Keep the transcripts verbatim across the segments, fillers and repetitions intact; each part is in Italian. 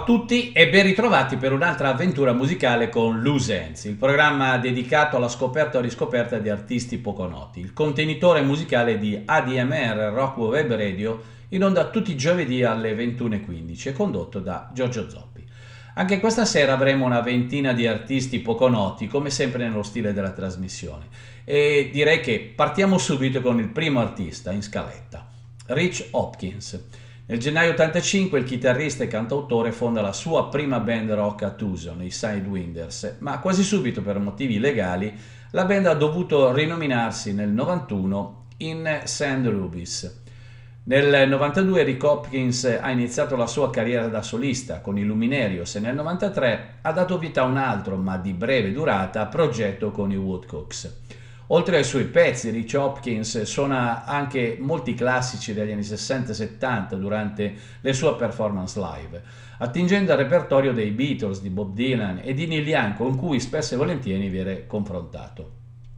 tutti e ben ritrovati per un'altra avventura musicale con Loose Ends, il programma dedicato alla scoperta o riscoperta di artisti poco noti, il contenitore musicale di A D M R Rock Web Radio, in onda tutti i giovedì alle ventuno e quindici, e condotto da Giorgio Zoppi. Anche questa sera avremo una ventina di artisti poco noti, come sempre nello stile della trasmissione, e direi che partiamo subito con il primo artista in scaletta, Rich Hopkins. Nel gennaio ottantacinque il chitarrista e cantautore fonda la sua prima band rock a Tucson, i Sidewinders, ma quasi subito per motivi legali la band ha dovuto rinominarsi nel novantuno in Sand Rubies. Nel novantadue Rick Hopkins ha iniziato la sua carriera da solista con i Luminarios e nel novantatré ha dato vita a un altro, ma di breve durata, progetto con i Woodcocks. Oltre ai suoi pezzi, Rich Hopkins suona anche molti classici degli anni sessanta e settanta durante le sue performance live, attingendo al repertorio dei Beatles, di Bob Dylan e di Neil Young, con cui spesso e volentieri viene confrontato.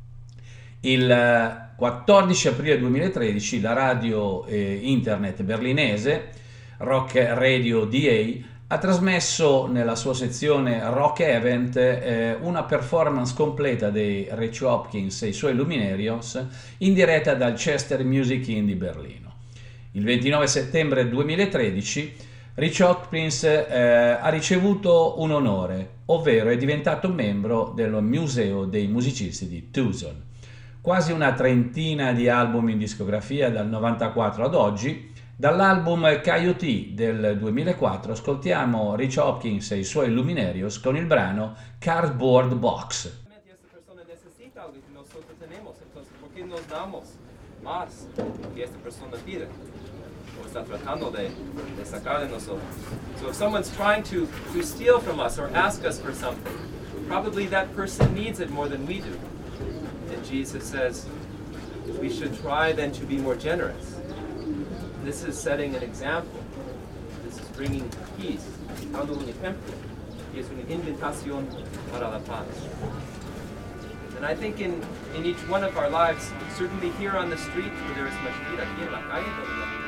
Il quattordici aprile duemilatredici la radio eh, internet berlinese Rock Radio D A ha trasmesso nella sua sezione Rock Event eh, una performance completa dei Rich Hopkins e i suoi Luminarios in diretta dal Chester Music Inn di Berlino. Il ventinove settembre duemilatredici Rich Hopkins eh, ha ricevuto un onore, ovvero è diventato membro del Museo dei musicisti di Tucson. Quasi una trentina di album in discografia dal novantaquattro ad oggi. Dall'album Coyote del duemilaquattro ascoltiamo Rich Hopkins e i suoi Luminarios con il brano Cardboard Box. Está tratando de, de sacar de nosotros. So if someone's trying to, to steal from us or ask us for something, probably that person needs it more than we do. And Jesus says we should try then to be more generous. This is setting an example. This is bringing peace. Dando un ejemplo. Y es una invitación para la paz. And I think in, in each one of our lives, certainly here on the street, where there is much vida, aquí en la calle, donde la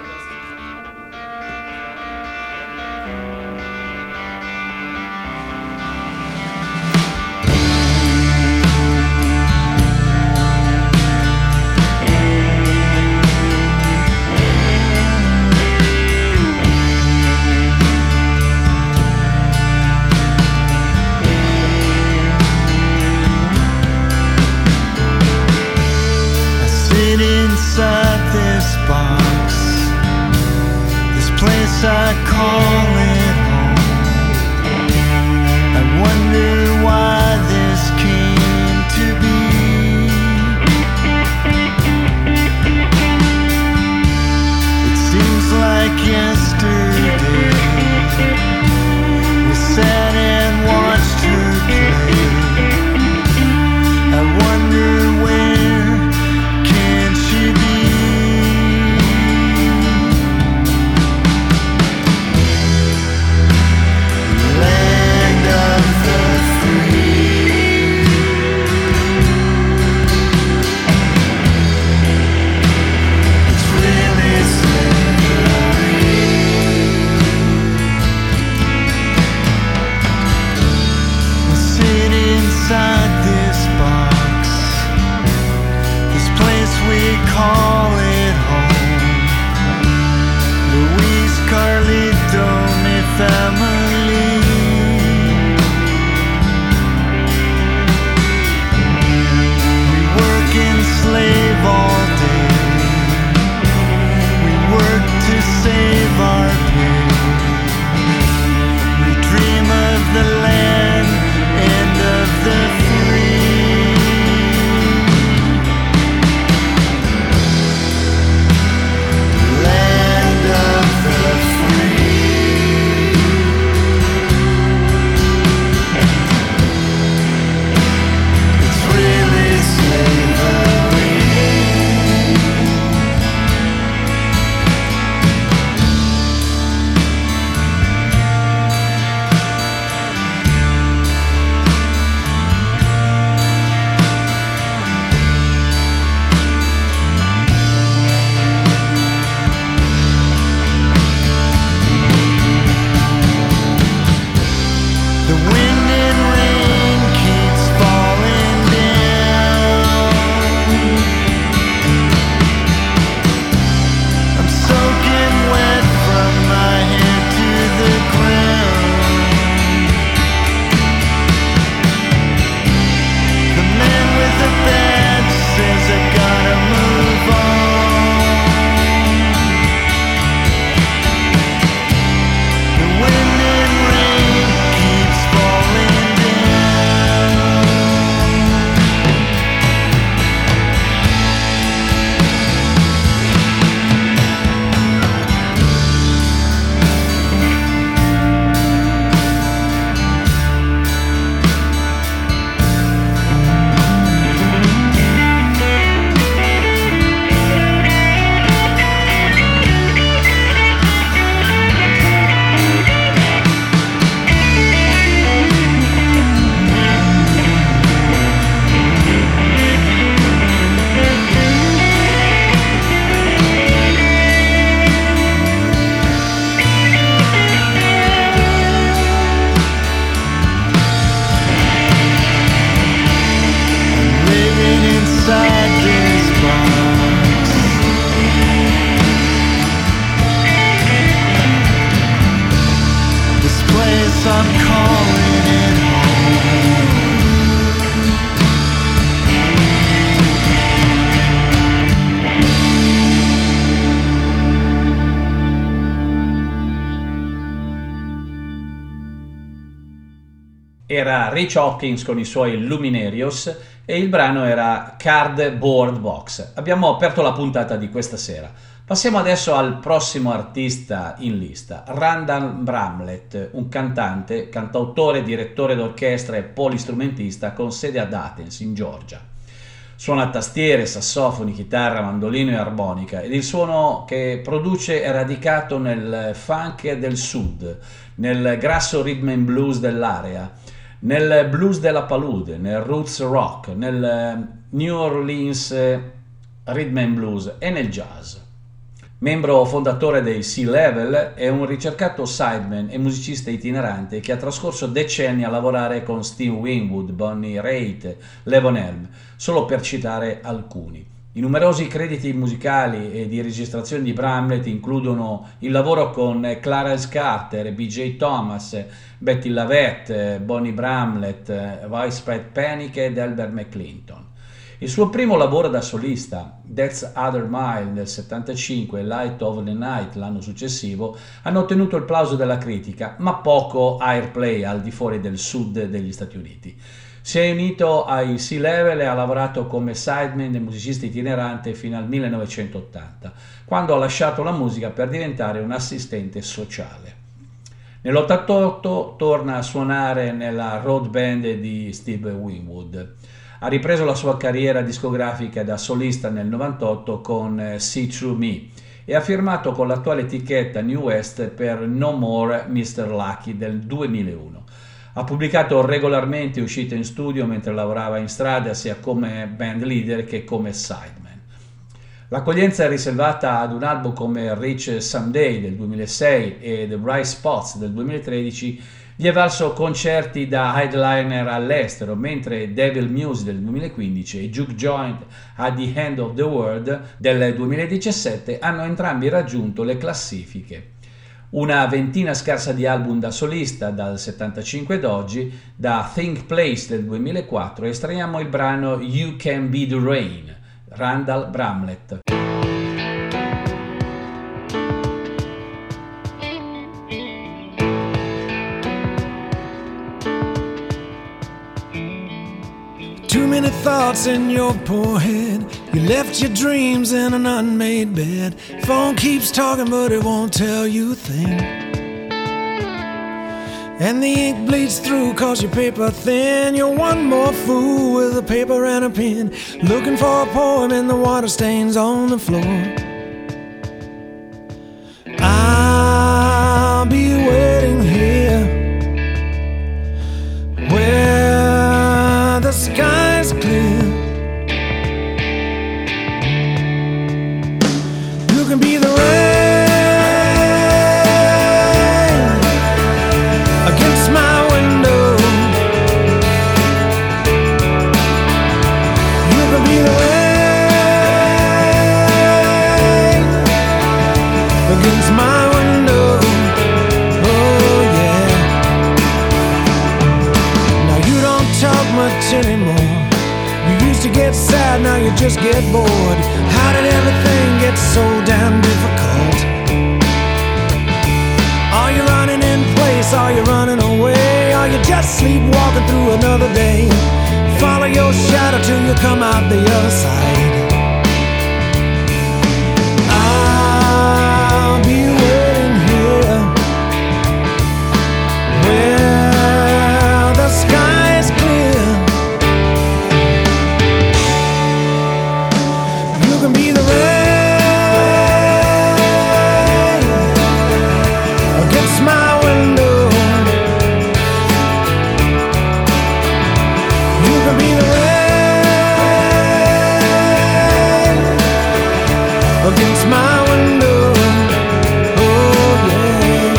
I call it home. I wonder why this came to be. It seems like yesterday we sat and watched her play. I wonder where can she be? era Rich Hawkins con i suoi Luminarios e il brano era Cardboard Box. Abbiamo aperto la puntata di questa sera. Passiamo adesso al prossimo artista in lista, Randall Bramlett, un cantante, cantautore, direttore d'orchestra e polistrumentista con sede ad Athens, in Georgia. Suona tastiere, sassofoni, chitarra, mandolino e armonica ed il suono che produce è radicato nel funk del sud, nel grasso rhythm and blues dell'area, nel blues della palude, nel roots rock, nel New Orleans rhythm and blues e nel jazz. Membro fondatore dei Sea Level, è un ricercato sideman e musicista itinerante che ha trascorso decenni a lavorare con Steve Winwood, Bonnie Raitt, Levon Helm, solo per citare alcuni. I numerosi crediti musicali e di registrazione di Bramlett includono il lavoro con Clarence Carter, B J Thomas, Betty Lavette, Bonnie Bramlett, Widespread Panic ed Albert McClinton. Il suo primo lavoro da solista, That's Other Mile nel settantacinque e Light of the Night l'anno successivo, hanno ottenuto il plauso della critica, ma poco airplay al di fuori del sud degli Stati Uniti. Si è unito ai Sea Level e ha lavorato come sideman e musicista itinerante fino al millenovecentottanta, quando ha lasciato la musica per diventare un assistente sociale. Nell'ottantotto torna a suonare nella road band di Steve Winwood. Ha ripreso la sua carriera discografica da solista nel novantotto con See Through Me e ha firmato con l'attuale etichetta New West per No More mister Lucky del duemilauno. Ha pubblicato regolarmente uscite in studio mentre lavorava in strada sia come band leader che come sideman. L'accoglienza è riservata ad un album come Reach Someday del duemilasei e The Bright Spots del duemilatredici. Gli è valso concerti da headliner all'estero, mentre Devil Music del duemilaquindici e Juke Joint at the End of the World del duemiladiciassette hanno entrambi raggiunto le classifiche. Una ventina scarsa di album da solista dal settantacinque ad oggi, da Think Place del duemilaquattro estraiamo il brano You Can Be the Rain, Randall Bramlett. Too many thoughts in your poor head. You left your dreams in an unmade bed. Phone keeps talking but it won't tell you a thing. And the ink bleeds through cause your paper thin. You're one more fool with a paper and a pen, looking for a poem in the water stains on the floor. I'll be waiting here where the sky's clear. You can be the rain against my window. You can be the rain against my window. Oh yeah. Now you don't talk much anymore. You used to get sad, now you just get bored. How did everything get so damn difficult? Are you running in place? Are you running away? Are you just sleepwalking through another day? Follow your shadow till you come out the other side. I'll be waiting here where the sky is clear. You can be the rain against my window. You can be the rain against my window. Oh yeah, yeah.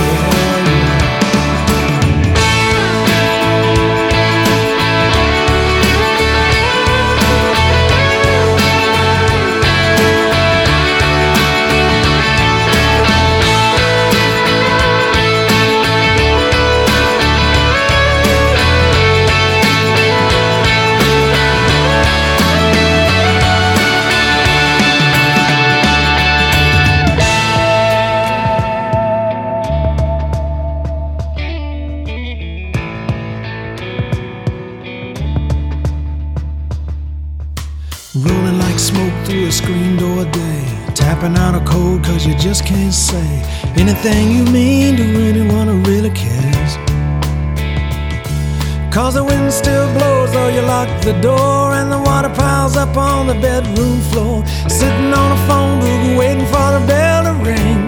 rolling like smoke through a screen door day, tapping out a code cause you just can't say anything you mean to anyone who really cares. Cause the wind still blows though you lock the door, and the water piles up on the bedroom floor, sitting on a phone booth waiting for the bell to ring.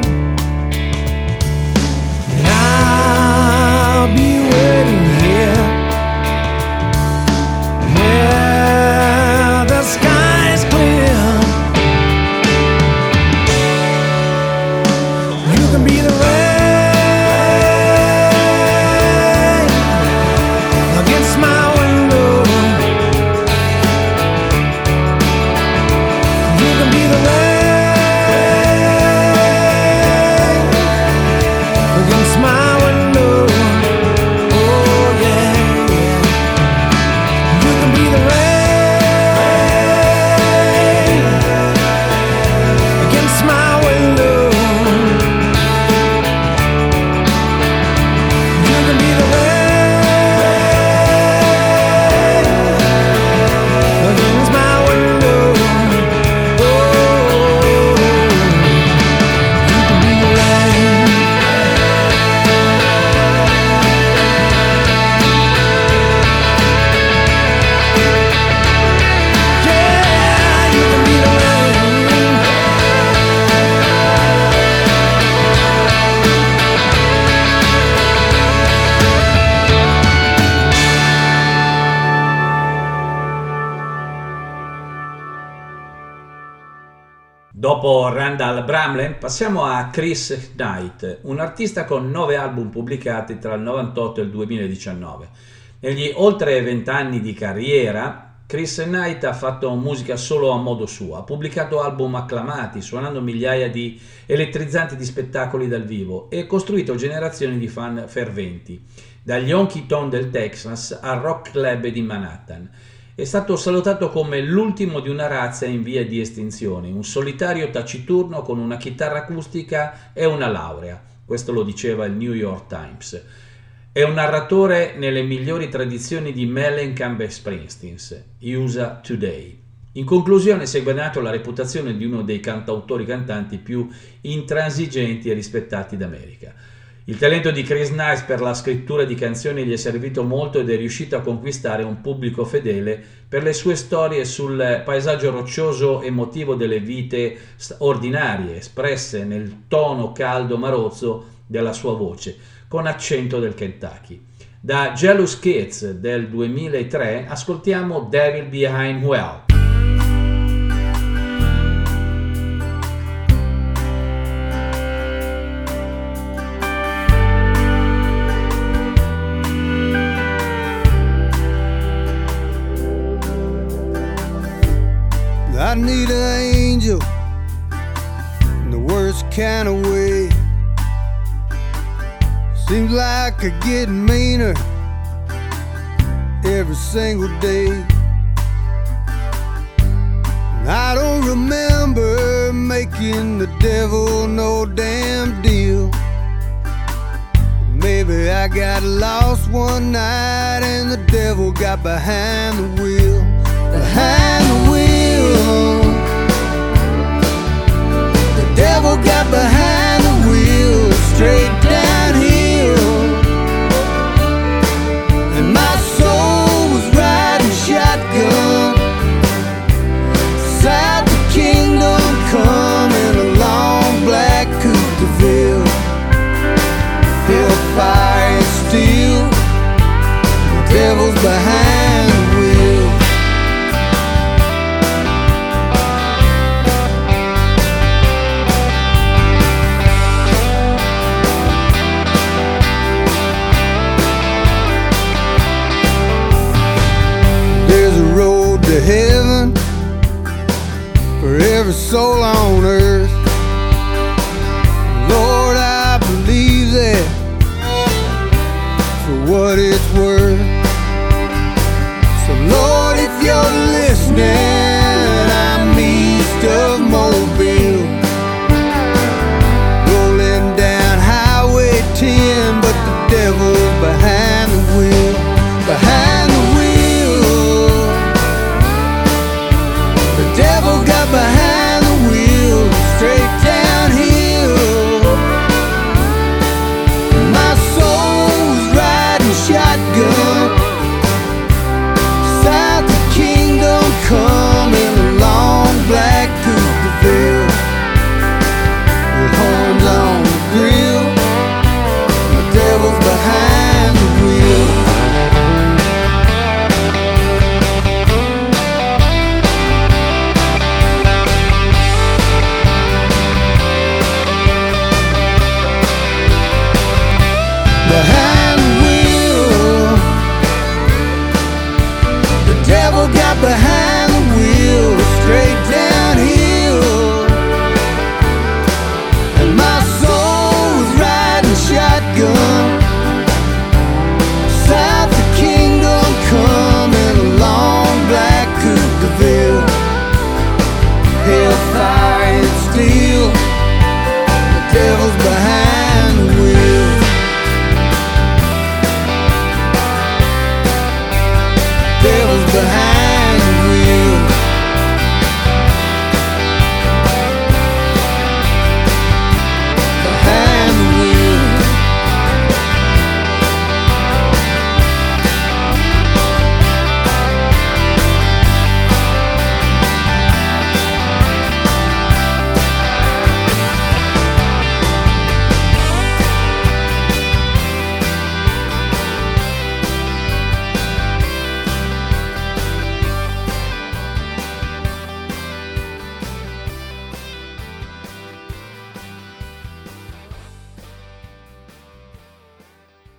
And I'll be waiting here where the sky is clear. You can be the rain against my window. You can be the rain against my window. Oh yeah, yeah. You can be the rain against my window. You can be the rain against my window. Oh, you can be the rain. Yeah, you can be the rain. Dopo Randall Bramlin passiamo a Chris Knight, un artista con nove album pubblicati tra il novantotto e il duemiladiciannove. Negli oltre vent'anni di carriera, Chris Knight ha fatto musica solo a modo suo, ha pubblicato album acclamati, suonando migliaia di elettrizzanti di spettacoli dal vivo e costruito generazioni di fan ferventi, dagli Honky Tonk del Texas al Rock Club di Manhattan. È stato salutato come l'ultimo di una razza in via di estinzione, un solitario taciturno con una chitarra acustica e una laurea. Questo lo diceva il New York Times. È un narratore nelle migliori tradizioni di Mellencamp e Springsteen, U S A Today. In conclusione, si è guadagnato la reputazione di uno dei cantautori cantanti più intransigenti e rispettati d'America. Il talento di Chris Knight per la scrittura di canzoni gli è servito molto ed è riuscito a conquistare un pubblico fedele per le sue storie sul paesaggio roccioso emotivo delle vite ordinarie, espresse nel tono caldo ma rozzo della sua voce, con accento del Kentucky. Da Jealous Kids del duemilatré ascoltiamo Devil Behind Well. I need an angel in the worst kind of way. Seems like I get meaner every single day. I don't remember making the devil no damn deal. Maybe I got lost one night and the devil got behind the wheel. Behind the wheel. The devil got behind the wheel, straight downhill, and my soul was riding shotgun south the kingdom, coming along black coupe de ville, hellfire and steel. The devil's behind the wheel. To heaven for every soul on earth. Lord, I believe that for what it's worth. So Lord, if you're listening, I'm east of Mobile, rolling down Highway ten, but the devil's behind the wheel. Behind the wheel. The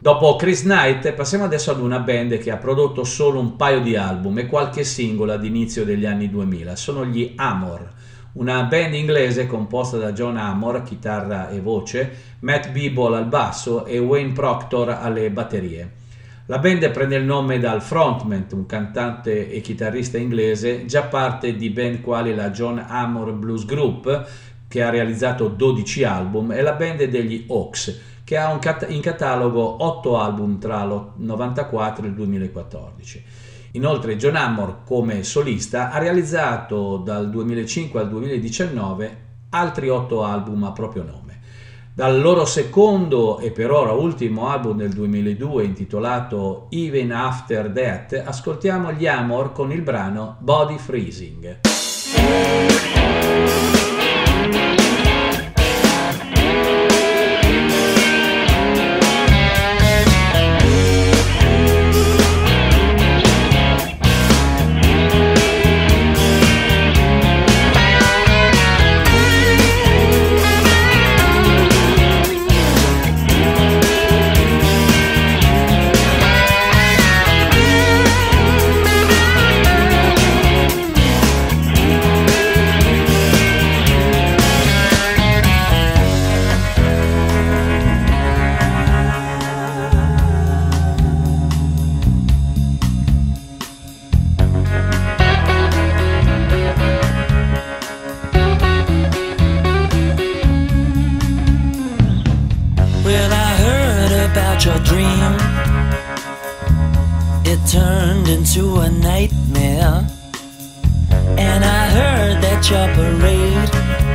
Dopo Chris Knight passiamo adesso ad una band che ha prodotto solo un paio di album e qualche singolo ad inizio degli anni duemila. Sono gli Amor, una band inglese composta da John Amor, chitarra e voce, Matt Beeble al basso e Wayne Proctor alle batterie. La band prende il nome dal frontman, un cantante e chitarrista inglese, già parte di band quali la John Amor Blues Group, che ha realizzato dodici album, e la band degli Hawks, che ha un cat- in catalogo otto album tra il novantaquattro e il duemilaquattordici. Inoltre John Amor, come solista, ha realizzato dal duemilacinque al duemiladiciannove altri otto album a proprio nome. Dal loro secondo e per ora ultimo album del duemiladue, intitolato Even After Death, ascoltiamo gli Amor con il brano Body Freezing. Your dream, it turned into a nightmare, and I heard that your parade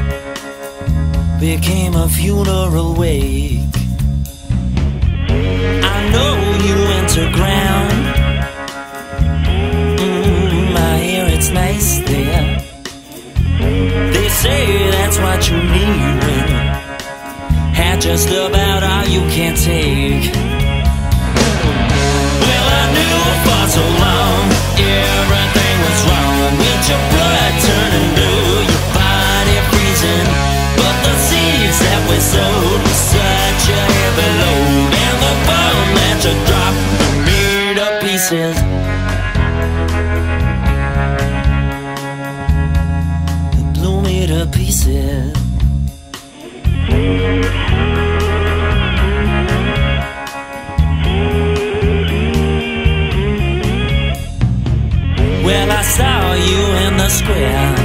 became a funeral wake. I know you went to ground, mm, I hear it's nice there. They say that's what you need when you had just about all you can take. Well, I knew for so long everything was wrong, with your blood turning blue, your body freezing, but the seeds that we sowed were such a heavy load, and the bomb that you dropped made to pieces. It blew me to pieces. Well, I saw you in the square.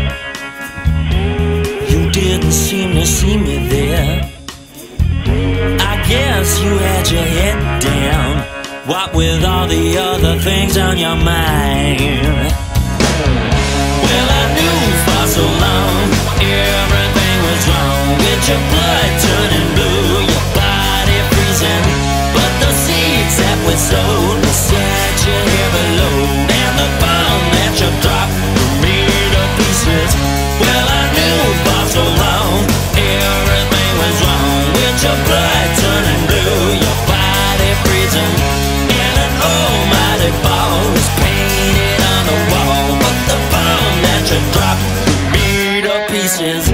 You didn't seem to see me there. I guess you had your head down, what with all the other things on your mind. Well, I knew for so long everything was wrong, with your blood turning blue, your body freezing, but the seeds that we sowed were such a heavy load, and the bomb that you dropped were made of pieces. Well, I knew for so long everything was wrong, with your blood turning blue, your body freezing, and an almighty ball was painted on the wall, but the bomb that you dropped were made of pieces.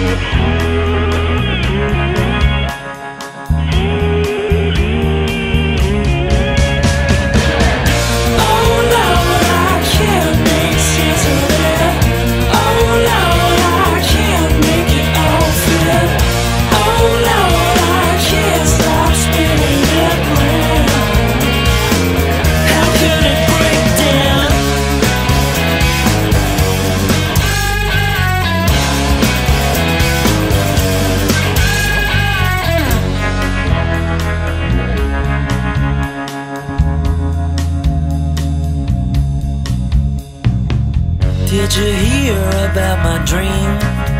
Did you hear about my dream?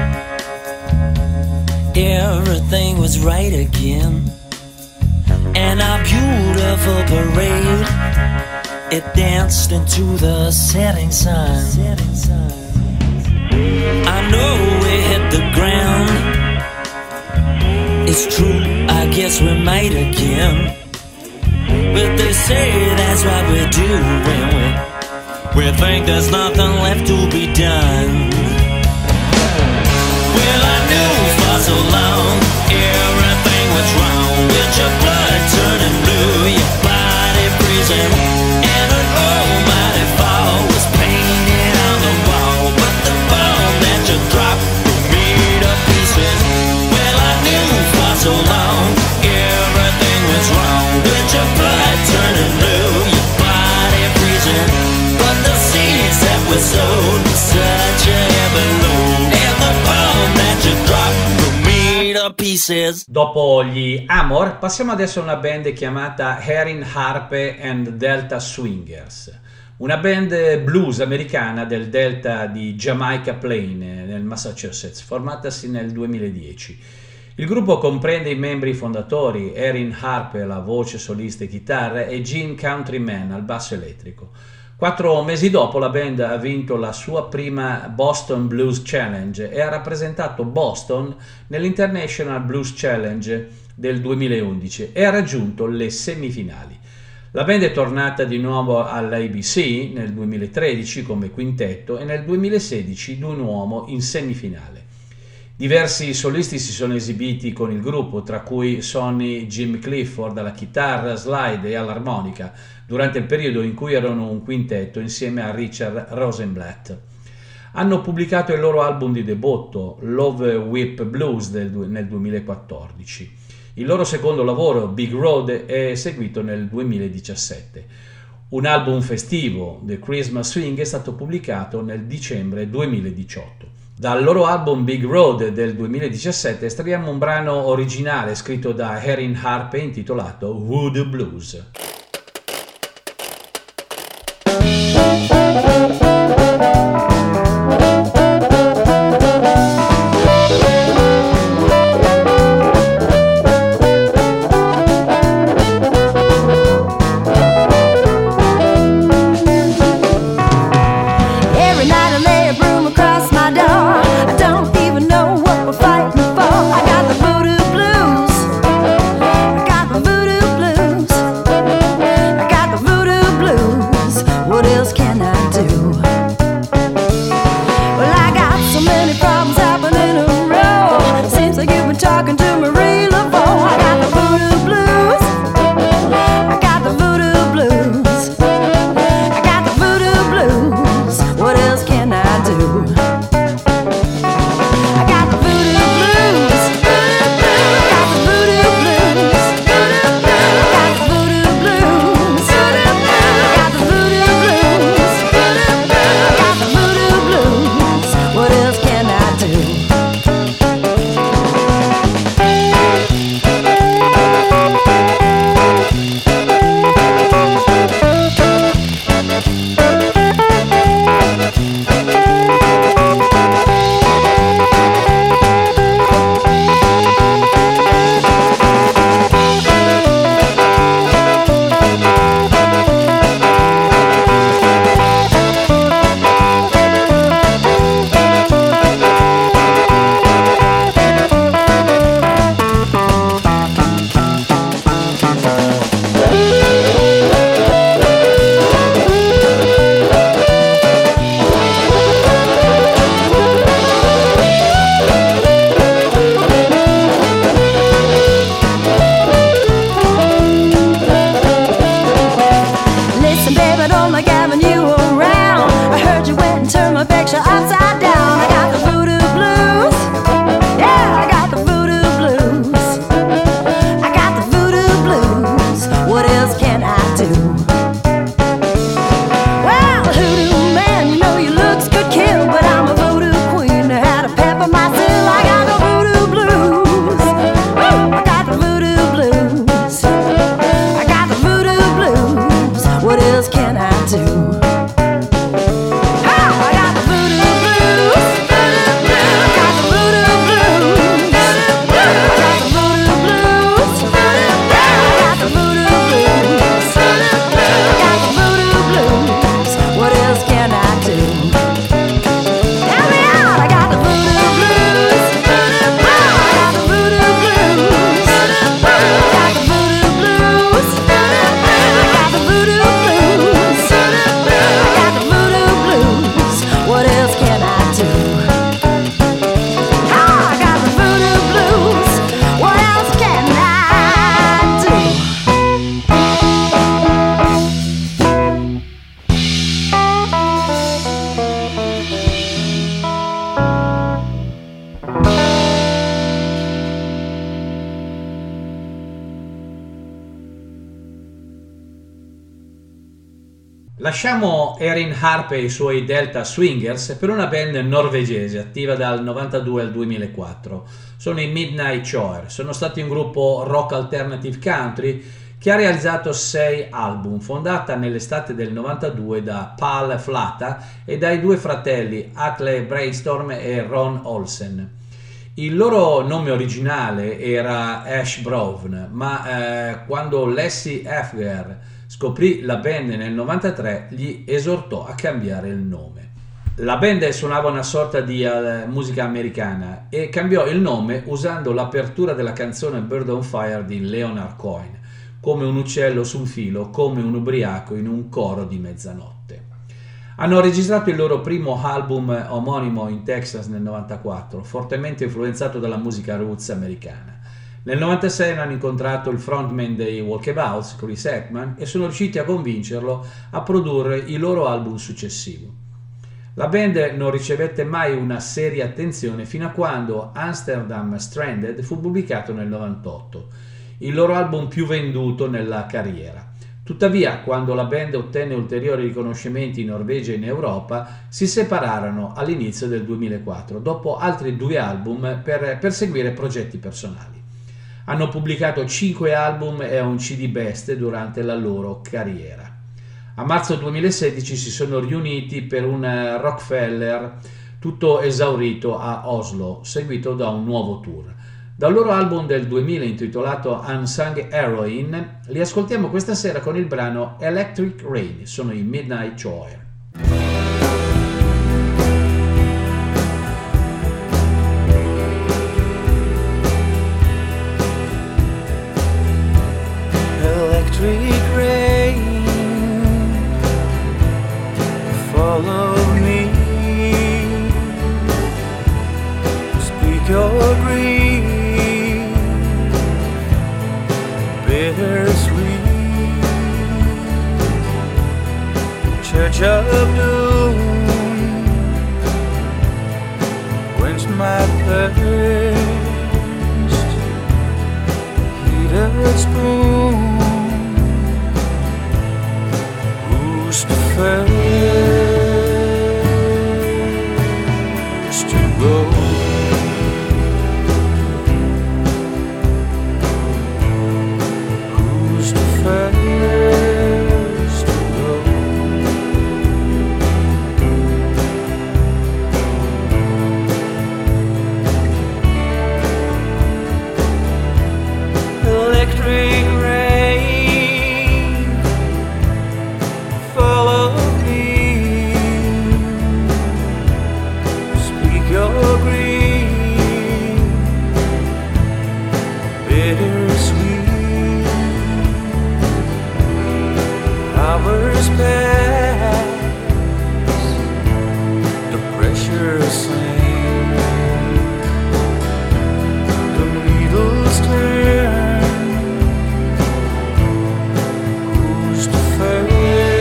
Everything was right again, and our beautiful parade, it danced into the setting sun. I know we hit the ground, it's true, I guess we might again, but they say that's what we do when we We think there's nothing left to be done. Well, I knew for so long everything was wrong, with your blood turning blue, reason. And an almighty fall was painted on the wall, but the bomb that you dropped broke me to pieces. Well, I knew for so long everything was wrong, with your blood turning blue, your body freezing, but the seeds that were sowed were such a heavy load, and the bomb that you dropped broke me to pieces. Dopo gli Amor passiamo adesso a una band chiamata Erin Harpe and Delta Swingers, una band blues americana del delta di Jamaica Plain nel Massachusetts, formatasi nel duemiladieci. Il gruppo comprende i membri fondatori Erin Harpe alla voce, solista e chitarra e Gene Countryman al basso elettrico. Quattro mesi dopo la band ha vinto la sua prima Boston Blues Challenge e ha rappresentato Boston nell'International Blues Challenge del duemilaundici e ha raggiunto le semifinali. La band è tornata di nuovo all'A B C nel duemilatredici come quintetto e nel duemilasedici di nuovo in semifinale. Diversi solisti si sono esibiti con il gruppo, tra cui Sonny Jim Clifford alla chitarra, slide e all'armonica, durante il periodo in cui erano un quintetto insieme a Richard Rosenblatt. Hanno pubblicato il loro album di debutto, Love Whip Blues, del, nel duemilaquattordici. Il loro secondo lavoro, Big Road, è seguito nel duemiladiciassette. Un album festivo, The Christmas Swing, è stato pubblicato nel dicembre duemiladiciotto. Dal loro album Big Road del duemiladiciassette estraiamo un brano originale scritto da Erin Harpe intitolato Voodoo Blues. I got the voodoo blues. Lasciamo Erin Harpe e i suoi Delta Swingers per una band norvegese attiva dal novantadue al duemilaquattro. Sono i Midnight Choir. Sono stati un gruppo rock alternative country che ha realizzato sei album, fondata nell'estate del novantadue da Pal Flata e dai due fratelli Atle Brainstorm e Ron Olsen. Il loro nome originale era Ash Brown, ma eh, quando Lassie Afgher scoprì la band nel novantatré gli esortò a cambiare il nome. La band suonava una sorta di uh, musica americana e cambiò il nome usando l'apertura della canzone Bird on Fire di Leonard Cohen, come un uccello su un filo, come un ubriaco in un coro di mezzanotte. Hanno registrato il loro primo album omonimo in Texas nel novantaquattro, fortemente influenzato dalla musica roots americana. Nel novantasei hanno incontrato il frontman dei Walkabouts, Chris Ekman, e sono riusciti a convincerlo a produrre il loro album successivo. La band non ricevette mai una seria attenzione fino a quando Amsterdam Stranded fu pubblicato nel novantotto, il loro album più venduto nella carriera. Tuttavia, quando la band ottenne ulteriori riconoscimenti in Norvegia e in Europa, si separarono all'inizio del duemilaquattro, dopo altri due album per perseguire progetti personali. Hanno pubblicato cinque album e un C D best durante la loro carriera. A marzo duemilasedici si sono riuniti per un Rockefeller tutto esaurito a Oslo, seguito da un nuovo tour. Dal loro album del duemila intitolato Unsung Heroine li ascoltiamo questa sera con il brano Electric Rain, sono i Midnight Choir. Electric rain, follow me, speak your grief, bittersweet, church of doom, quench my thirst, heated spoon, first to go. Who's the first to go? Electric rain, follow me, speak your grief, bittersweet, hours pass, the pressure sinks, the needles turn, who's the first?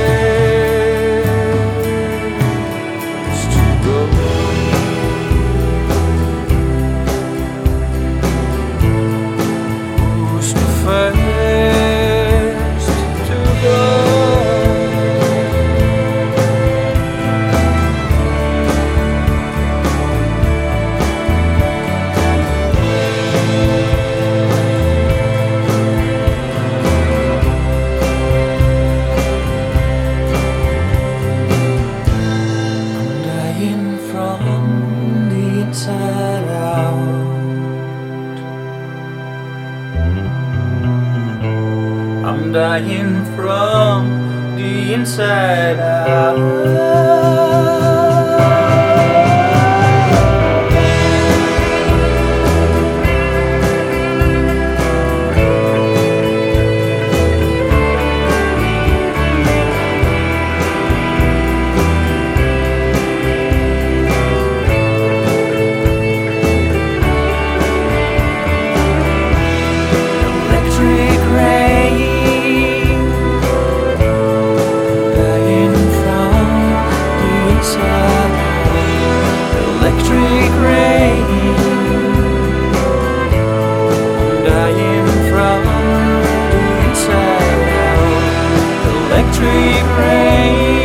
I'm dying from the inside out. Electric rain.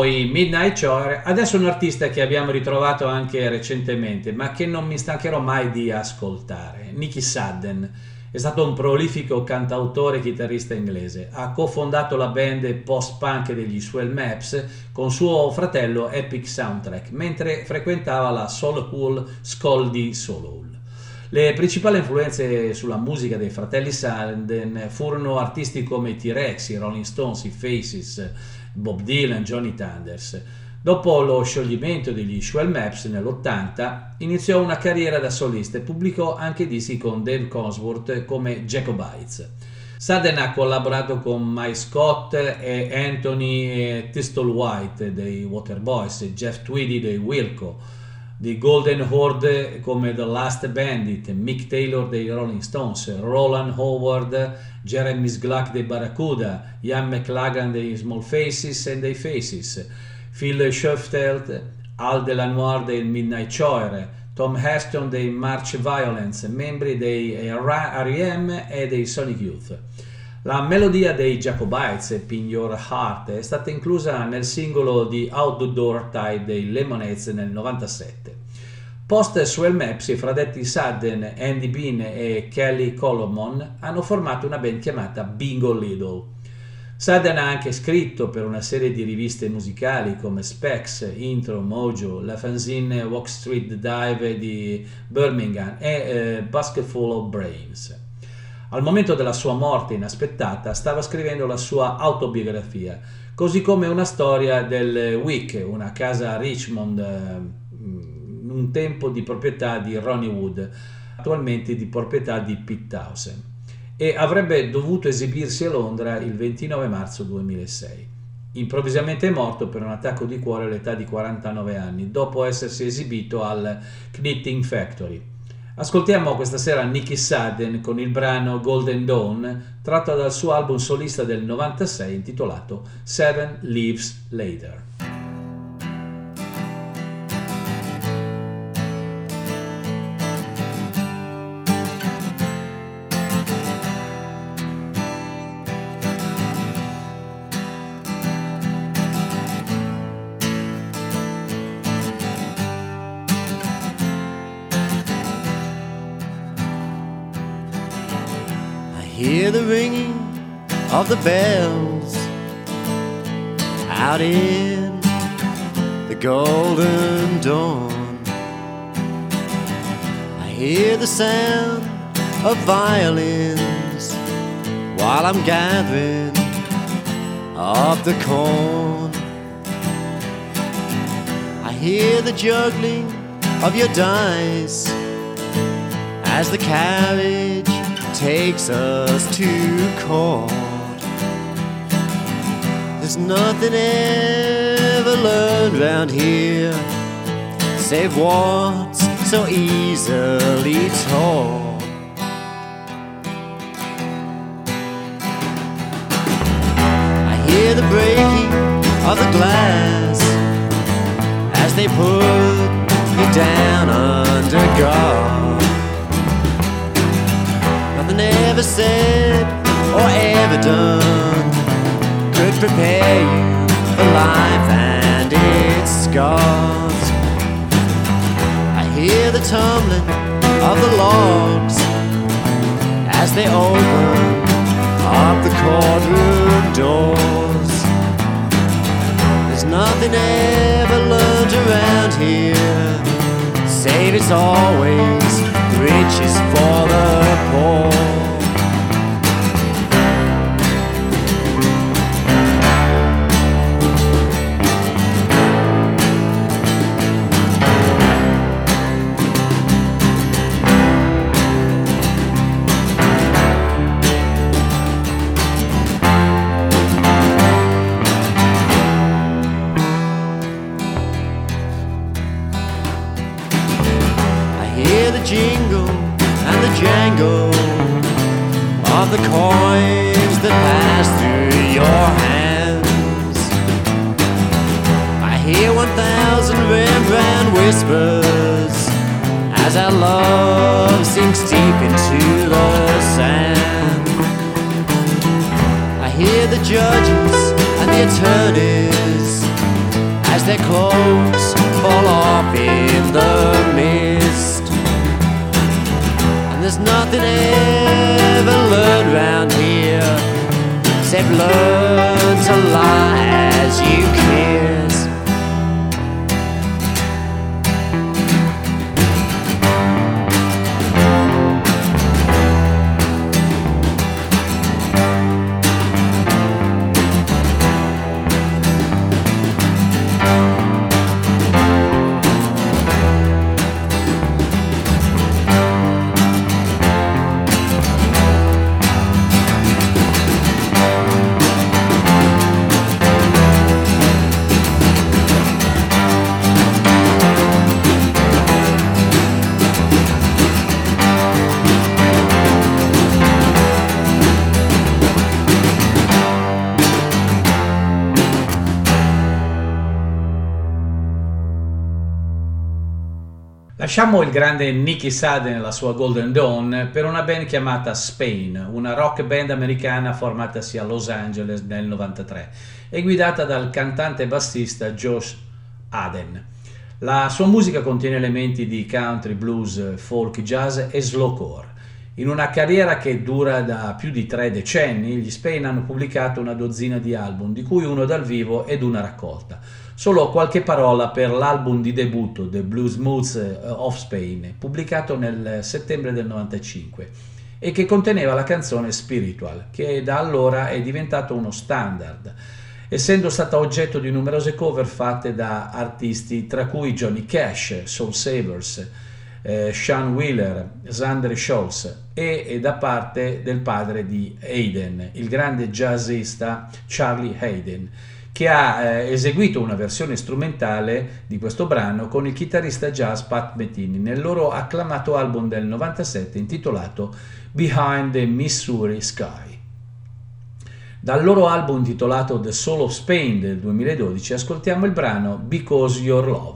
Dopo i Midnight Choir, adesso un artista che abbiamo ritrovato anche recentemente, ma che non mi stancherò mai di ascoltare, Nicky Sudden. È stato un prolifico cantautore e chitarrista inglese. Ha cofondato la band post-punk degli Swell Maps con suo fratello Epic Soundtrack, mentre frequentava la Soulful Scaldy Soul. Le principali influenze sulla musica dei fratelli Sudden furono artisti come i T-Rex, i Rolling Stones, i Faces, Bob Dylan, Johnny Thunders. Dopo lo scioglimento degli Swell Maps nell'ottanta iniziò una carriera da solista e pubblicò anche dischi con Dave Cosworth come Jacobites. Sudden ha collaborato con Mike Scott e Anthony Thistlewhite dei Waterboys, Jeff Tweedy dei Wilco, di Golden Horde come The Last Bandit, Mick Taylor dei Rolling Stones, Roland Howard, Jeremy Gluck dei Barracuda, Ian McLagan dei Small Faces e dei Faces, Phil Schofield, Al Delanoir dei Midnight Choir, Tom Heston dei March Violence, membri dei R E M e dei Sonic Youth. La melodia dei Jacobites, Pin Your Heart, è stata inclusa nel singolo di Outdoor Tide dei Lemonheads nel novantasette. Post Swell Maps, i fradetti Sudden, Andy Bean e Kelly Colomon hanno formato una band chiamata Bingo Little. Sudden ha anche scritto per una serie di riviste musicali come Specs, Intro, Mojo, la fanzine Walk Street Dive di Birmingham e eh, Basketful of Brains. Al momento della sua morte inaspettata stava scrivendo la sua autobiografia, così come una storia del Wick, una casa a Richmond, eh, un tempo di proprietà di Ronnie Wood, attualmente di proprietà di Pete Townshend, e avrebbe dovuto esibirsi a Londra il ventinove marzo duemilasei. Improvvisamente è morto per un attacco di cuore all'età di quarantanove anni, dopo essersi esibito al Knitting Factory. Ascoltiamo questa sera Nicky Sudden con il brano Golden Dawn, tratto dal suo album solista del novantasei intitolato Seven Leaves Later. Hear the ringing of the bells out in the golden dawn. I hear the sound of violins while I'm gathering up the corn. I hear the juggling of your dice as the carriage takes us to court. There's nothing ever learned round here save what's so easily taught. I hear the breaking of the glass as they put me down under guard. Nothing ever said or ever done could prepare you for life and its scars. I hear the tumbling of the logs as they open up the courtroom doors. There's nothing ever learned around here save it's always riches for the poor. Jingle and the jangle of the coins that pass through your hands. I hear one thousand Rembrandt whispers as our love sinks deep into the sand. I hear the judges and the attorneys as their clothes fall off in the mist. And there's nothing ever learned round here except learn to lie as you kiss. Lasciamo il grande Nicky Sudden e la sua Golden Dawn per una band chiamata Spain, una rock band americana formatasi a Los Angeles nel novantatré e guidata dal cantante e bassista Josh Aden. La sua musica contiene elementi di country, blues, folk, jazz e slowcore. In una carriera che dura da più di tre decenni, gli Spain hanno pubblicato una dozzina di album, di cui uno dal vivo ed una raccolta. Solo qualche parola per l'album di debutto, The Blues Moods of Spain, pubblicato nel settembre del novantacinque, e che conteneva la canzone Spiritual, che da allora è diventato uno standard, essendo stata oggetto di numerose cover fatte da artisti tra cui Johnny Cash, Soul Savers, eh, Sean Wheeler, Xander Scholz e, e da parte del padre di Hayden, il grande jazzista Charlie Hayden, che ha eh, eseguito una versione strumentale di questo brano con il chitarrista jazz Pat Metheny nel loro acclamato album del novantasette intitolato Behind the Missouri Sky. Dal loro album intitolato The Soul of Spain del duemiladodici ascoltiamo il brano Because Your Love.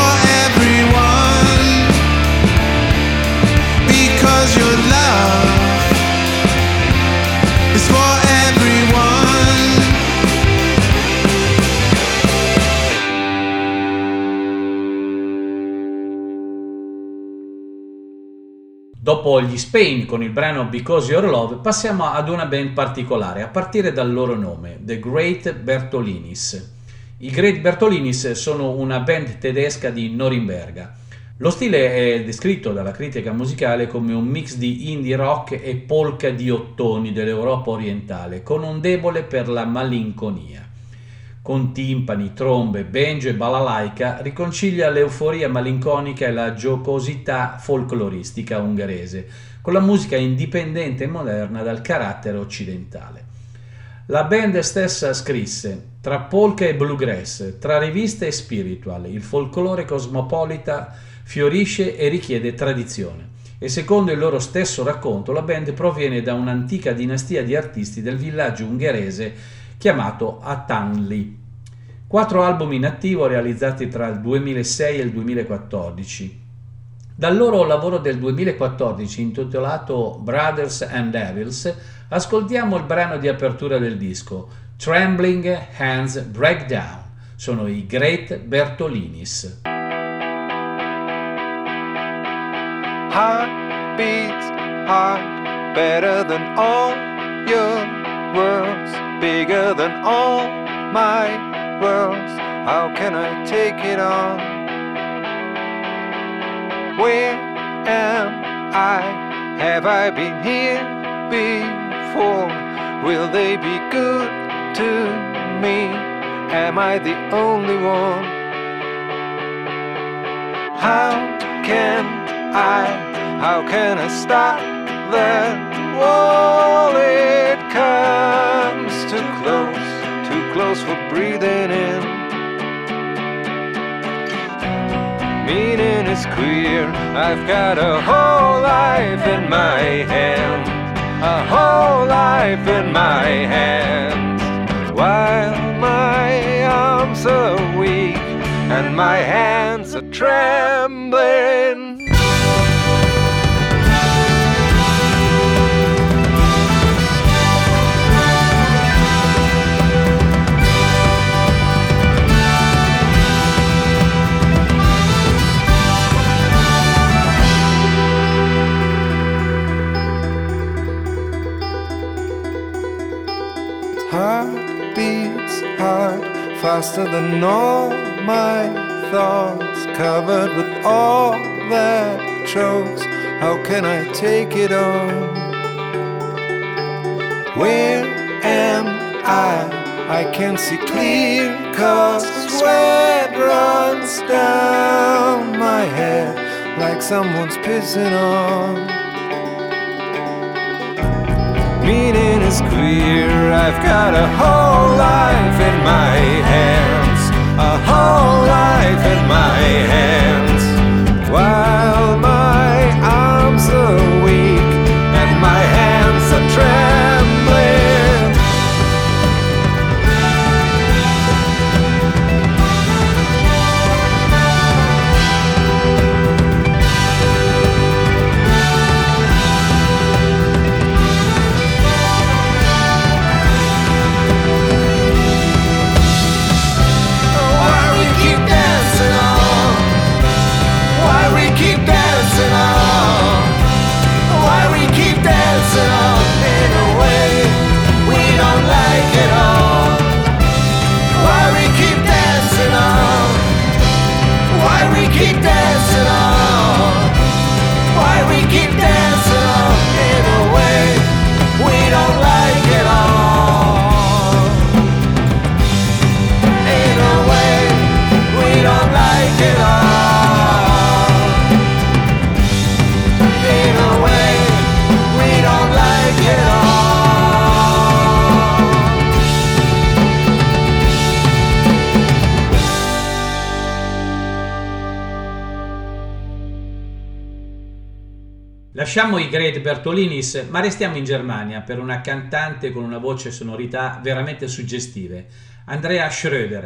for everyone, because your love is for everyone. Dopo gli Spain con il brano Because Your Love passiamo ad una band particolare, a partire dal loro nome, The Great Bertolinis. I Great Bertolinis sono una band tedesca di Norimberga. Lo stile è descritto dalla critica musicale come un mix di indie rock e polka di ottoni dell'Europa orientale, con un debole per la malinconia. Con timpani, trombe, banjo e balalaika riconcilia l'euforia malinconica e la giocosità folcloristica ungherese, con la musica indipendente e moderna dal carattere occidentale. La band stessa scrisse: tra polka e bluegrass, tra riviste e spiritual, il folklore cosmopolita fiorisce e richiede tradizione. E secondo il loro stesso racconto, la band proviene da un'antica dinastia di artisti del villaggio ungherese chiamato Atanli. Quattro album in attivo realizzati tra il duemilasei e il duemilaquattordici. Dal loro lavoro del duemilaquattordici intitolato Brothers and Devils ascoltiamo il brano di apertura del disco, Trembling Hands Breakdown. Sono i Great Bertolinis. Heart beats heart better than all your words, bigger than all my worlds. How can I take it on? Where am I? Have I been here before? Will they be good to me? Am I the only one? How can I, how can I stop that wall? It comes too close, too close for breathing in. Meaning is clear, I've got a whole life in my hands, a whole life in my hands, while my arms are weak and my hands are trembling. Heart beats hard, faster than all my thoughts, covered with all that chokes. How can I take it on? Where am I? I can't see clear, cause sweat runs down my head like someone's pissing on. Meaning is clear, I've got a whole life in my hands, a whole life in my hands, while my arms are weak and my hands are trembling. Lasciamo i Great Bertolinis, ma restiamo in Germania per una cantante con una voce e sonorità veramente suggestive, Andrea Schröder,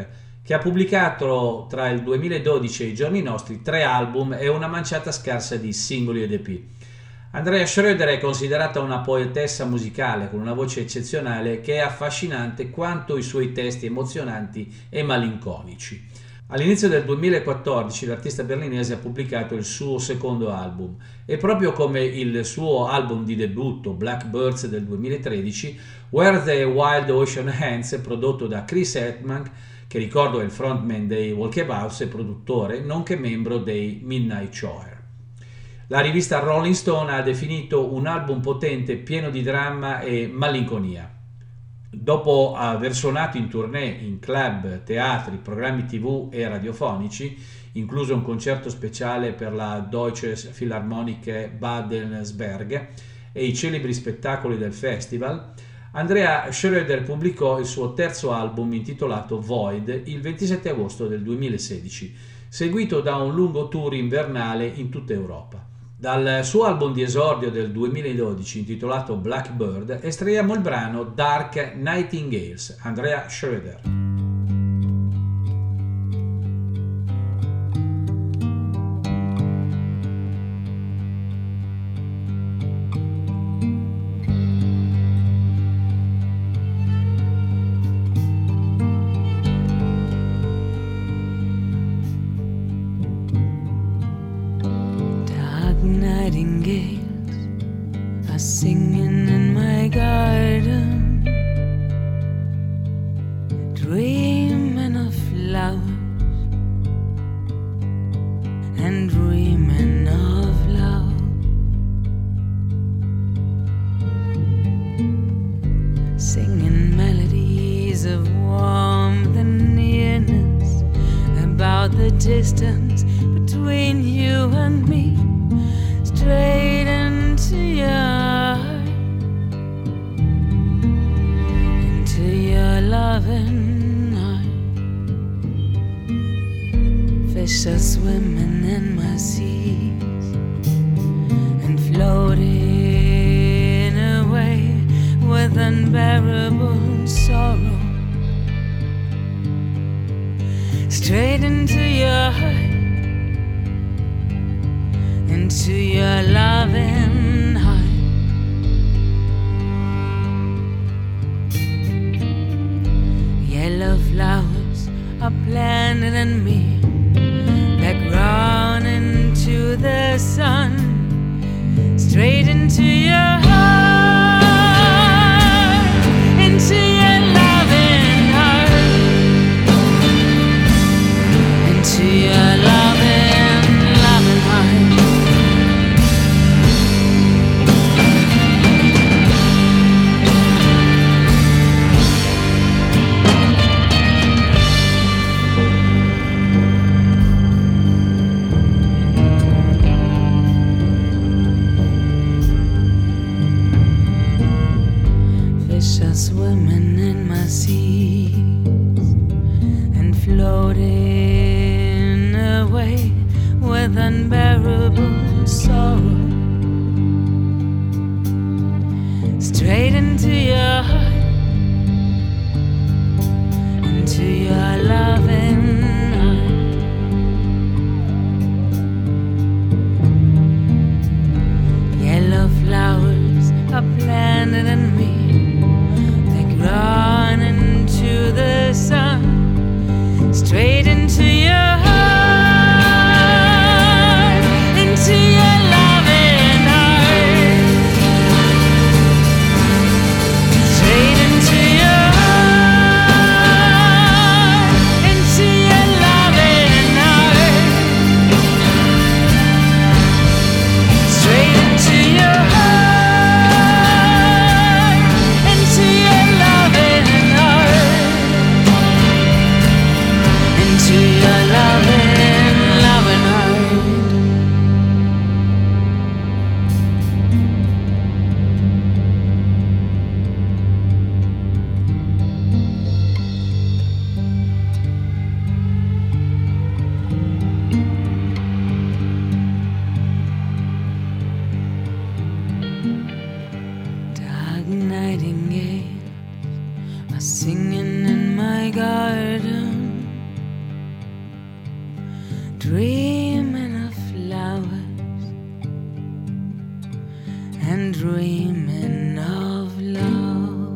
che ha pubblicato tra il duemiladodici e i giorni nostri tre album e una manciata scarsa di singoli ed E P. Andrea Schröder è considerata una poetessa musicale con una voce eccezionale che è affascinante quanto i suoi testi emozionanti e malinconici. All'inizio del duemilaquattordici l'artista berlinese ha pubblicato il suo secondo album e proprio come il suo album di debutto Blackbirds del duemilatredici, Where the Wild Ocean Ends, prodotto da Chris Hetman, che ricordo è il frontman dei Walkabouts e produttore, nonché membro dei Midnight Choir. La rivista Rolling Stone ha definito un album potente, pieno di dramma e malinconia. Dopo aver suonato in tournée in club, teatri, programmi tivù e radiofonici, incluso un concerto speciale per la Deutsches Philharmonische Babelsberg e i celebri spettacoli del festival, Andrea Schröder pubblicò il suo terzo album intitolato Void il ventisette agosto del duemilasedici, seguito da un lungo tour invernale in tutta Europa. Dal suo album di esordio del duemiladodici intitolato Blackbird estraiamo il brano Dark Nightingales, Andrea Schröder. Nightingales are singing in my garden, dreaming of flowers and dreaming of love. Singing melodies of warmth and nearness about the distance between you and me. Straight into your heart, into your loving heart. Fish are swimming in my seas and floating away with unbearable sorrow. Straight into your heart, into your loving heart. Yellow flowers are planted in me, they're grown into the sun, straight into your heart, into your loving heart, into your loving, loving heart. Swimming in my seas and floating away with unbearable sorrow. Straight into your heart, into your loving heart. Yellow flowers are planted in me, run into the sun, straight into your heart, into your loving heart, straight into your heart, dreaming of love.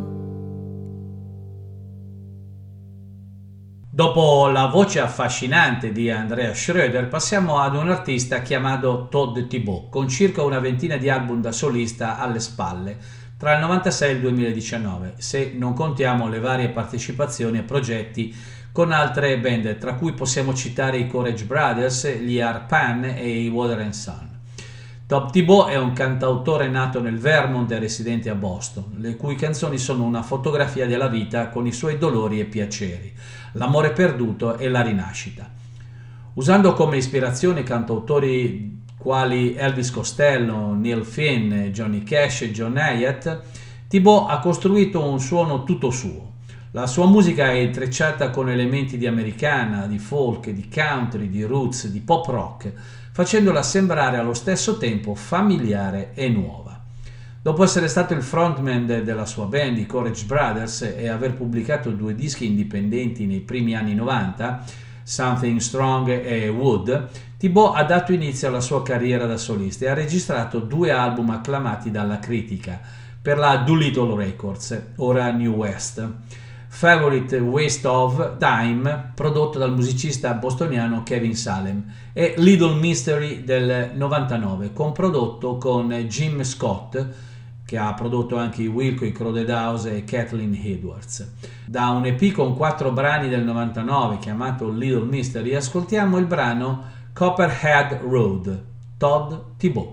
Dopo la voce affascinante di Andrea Schroeder passiamo ad un artista chiamato Todd Thibault, con circa una ventina di album da solista alle spalle tra il novantasei e il duemiladiciannove, se non contiamo le varie partecipazioni a progetti con altre band, tra cui possiamo citare i Courage Brothers, gli Arpan e i Water and Sun. Todd Thibault è un cantautore nato nel Vermont e residente a Boston, le cui canzoni sono una fotografia della vita con i suoi dolori e piaceri, l'amore perduto e la rinascita. Usando come ispirazione cantautori quali Elvis Costello, Neil Finn, Johnny Cash e John Hyatt, Thibault ha costruito un suono tutto suo. La sua musica è intrecciata con elementi di americana, di folk, di country, di roots, di pop rock, facendola sembrare allo stesso tempo familiare e nuova. Dopo essere stato il frontman de- della sua band, i Courage Brothers, e aver pubblicato due dischi indipendenti nei primi anni novanta, Something Strong e Wood, Thibault ha dato inizio alla sua carriera da solista e ha registrato due album acclamati dalla critica per la Doolittle Records, ora New West. Favorite Waste of Time, prodotto dal musicista bostoniano Kevin Salem, e Little Mystery del novantanove, comprodotto con Jim Scott, che ha prodotto anche i Wilco, i Crowded House e Kathleen Edwards. Da un E P con quattro brani del novantanove chiamato Little Mystery ascoltiamo il brano Copperhead Road, Todd Thibault.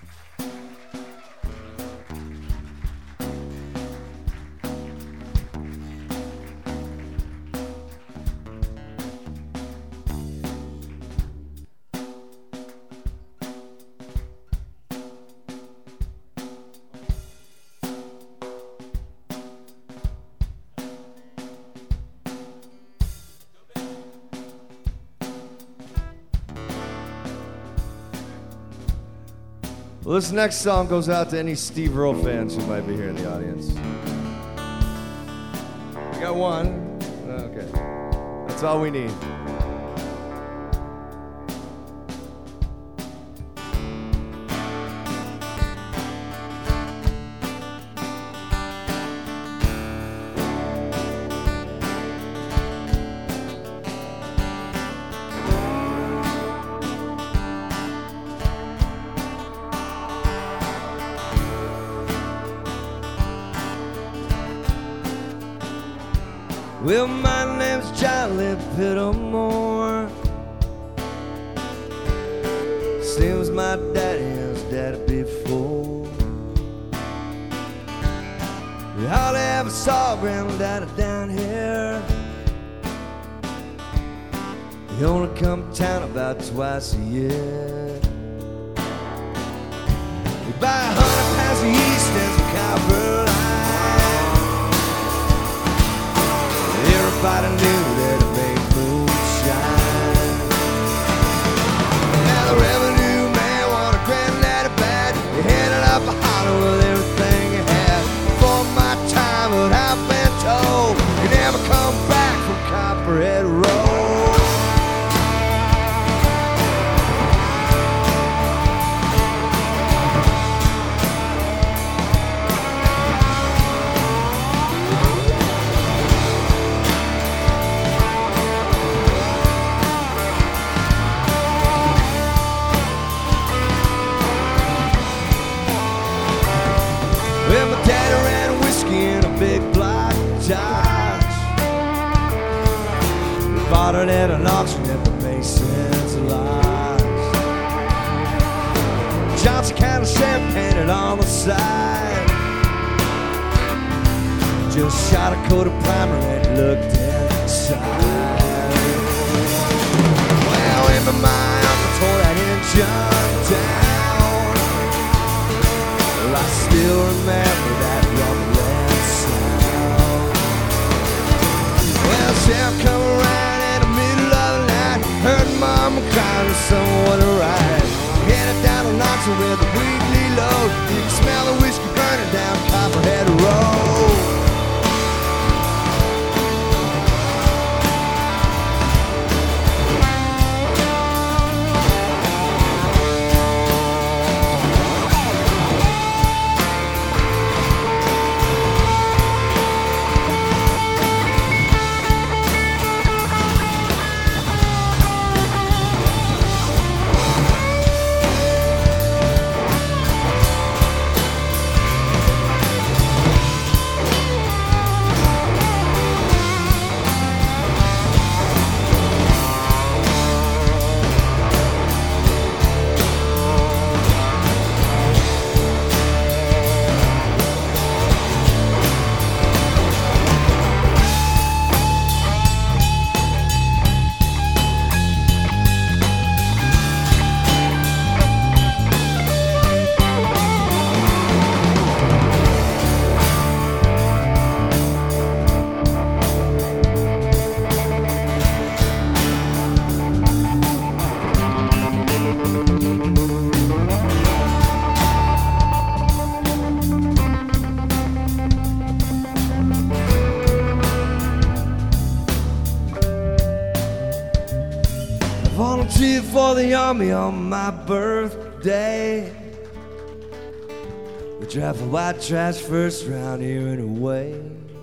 Well, this next song goes out to any Steve Earle fans who might be here in the audience. We got one. Okay. That's all we need. Well, my name's Charlie Pittermore. Same as my daddy and his daddy before. We hardly ever saw Granddaddy down here. He only come to town about twice a year. We buy a hundred pounds of yeast and some copper line. Everybody knew that it made moonshine. Now the revenue man wanted Granddaddy bad. He handed up a holler with everything he had. For my time, but I've been told you never come back from Copperhead Road. Bought it at an auction at the Mason's Lodge. Johnson kind of sand painted on the side. Just shot a coat of primer and looked inside. Well, when my uncle tore that engine down, well, I still remember that rumbling sound. Well, Sheriff come around heard Mama crying with someone to ride. Headed down to Knoxville with a weekly load. You can smell the whiskey burning down Copperhead Road. love me on my birthday. We drive the white trash first round here anyway.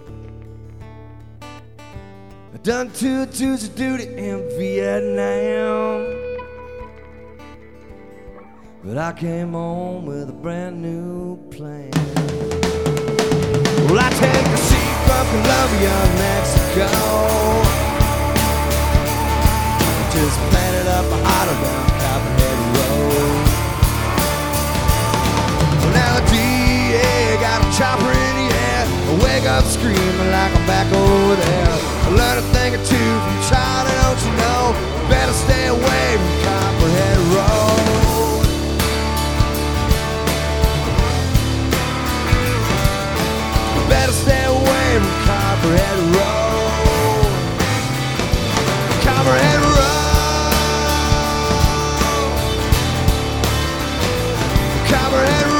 I done two tours of duty in Vietnam, but I came home with a brand new plan. Well, I take a seat from Colombia, Mexico, just planted up a holler down Copperhead Road. Well, now the D A got a chopper in the air. I wake up screaming like I'm back over there. I learned a thing or two from China, don't you know? Better stay away from Copperhead Road. Better stay away from Copperhead Road. Copperhead Road. Copperhead Road.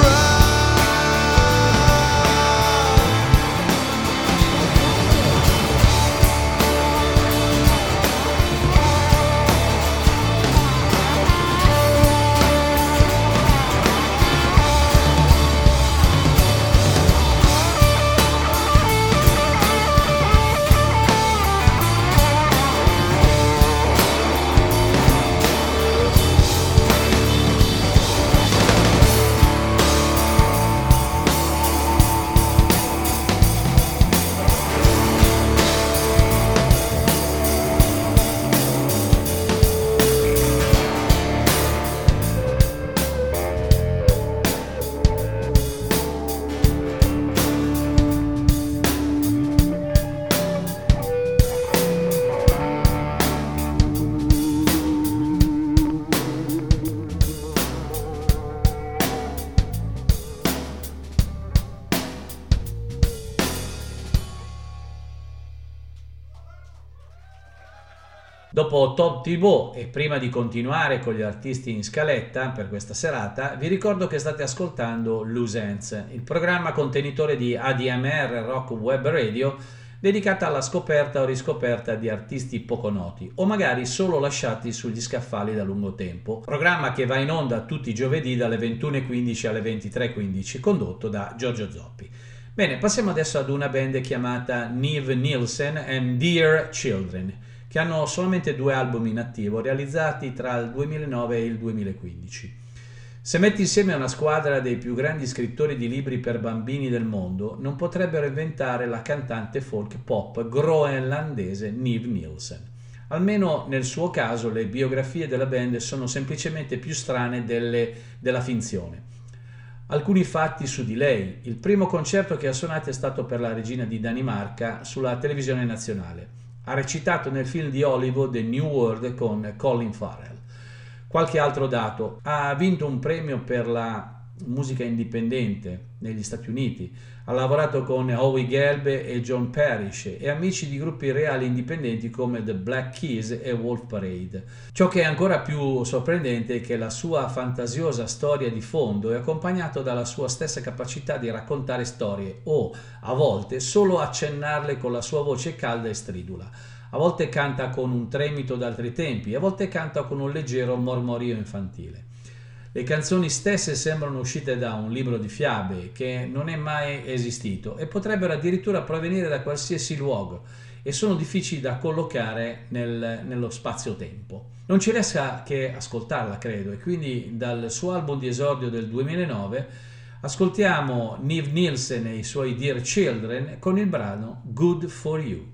Dopo Tom Thibault e prima di continuare con gli artisti in scaletta per questa serata, vi ricordo che state ascoltando Loose Ends, il programma contenitore di A D M R Rock Web Radio dedicata alla scoperta o riscoperta di artisti poco noti o magari solo lasciati sugli scaffali da lungo tempo. Programma che va in onda tutti i giovedì dalle ventuno e quindici alle ventitré e quindici, condotto da Giorgio Zoppi. Bene, passiamo adesso ad una band chiamata Niv Nielsen and Dear Children, che hanno solamente due album in attivo realizzati tra il duemilanove e il duemilaquindici. Se metti insieme una squadra dei più grandi scrittori di libri per bambini del mondo, non potrebbero inventare la cantante folk pop groenlandese Niv Nielsen. Almeno nel suo caso le biografie della band sono semplicemente più strane delle della finzione. Alcuni fatti su di lei: il primo concerto che ha suonato è stato per la regina di Danimarca sulla televisione nazionale. Ha recitato nel film di Hollywood The New World con Colin Farrell. Qualche altro dato: ha vinto un premio per la musica indipendente negli Stati Uniti, ha lavorato con Howie Gelb e John Parrish e amici di gruppi reali indipendenti come The Black Keys e Wolf Parade. Ciò che è ancora più sorprendente è che la sua fantasiosa storia di fondo è accompagnato dalla sua stessa capacità di raccontare storie o, a volte, solo accennarle con la sua voce calda e stridula. A volte canta con un tremito d'altri tempi, a volte canta con un leggero mormorio infantile. Le canzoni stesse sembrano uscite da un libro di fiabe che non è mai esistito e potrebbero addirittura provenire da qualsiasi luogo e sono difficili da collocare nel, nello spazio-tempo. Non ci resta che ascoltarla, credo, e quindi dal suo album di esordio del duemilanove ascoltiamo Niv Nielsen e i suoi Dear Children con il brano Good For You.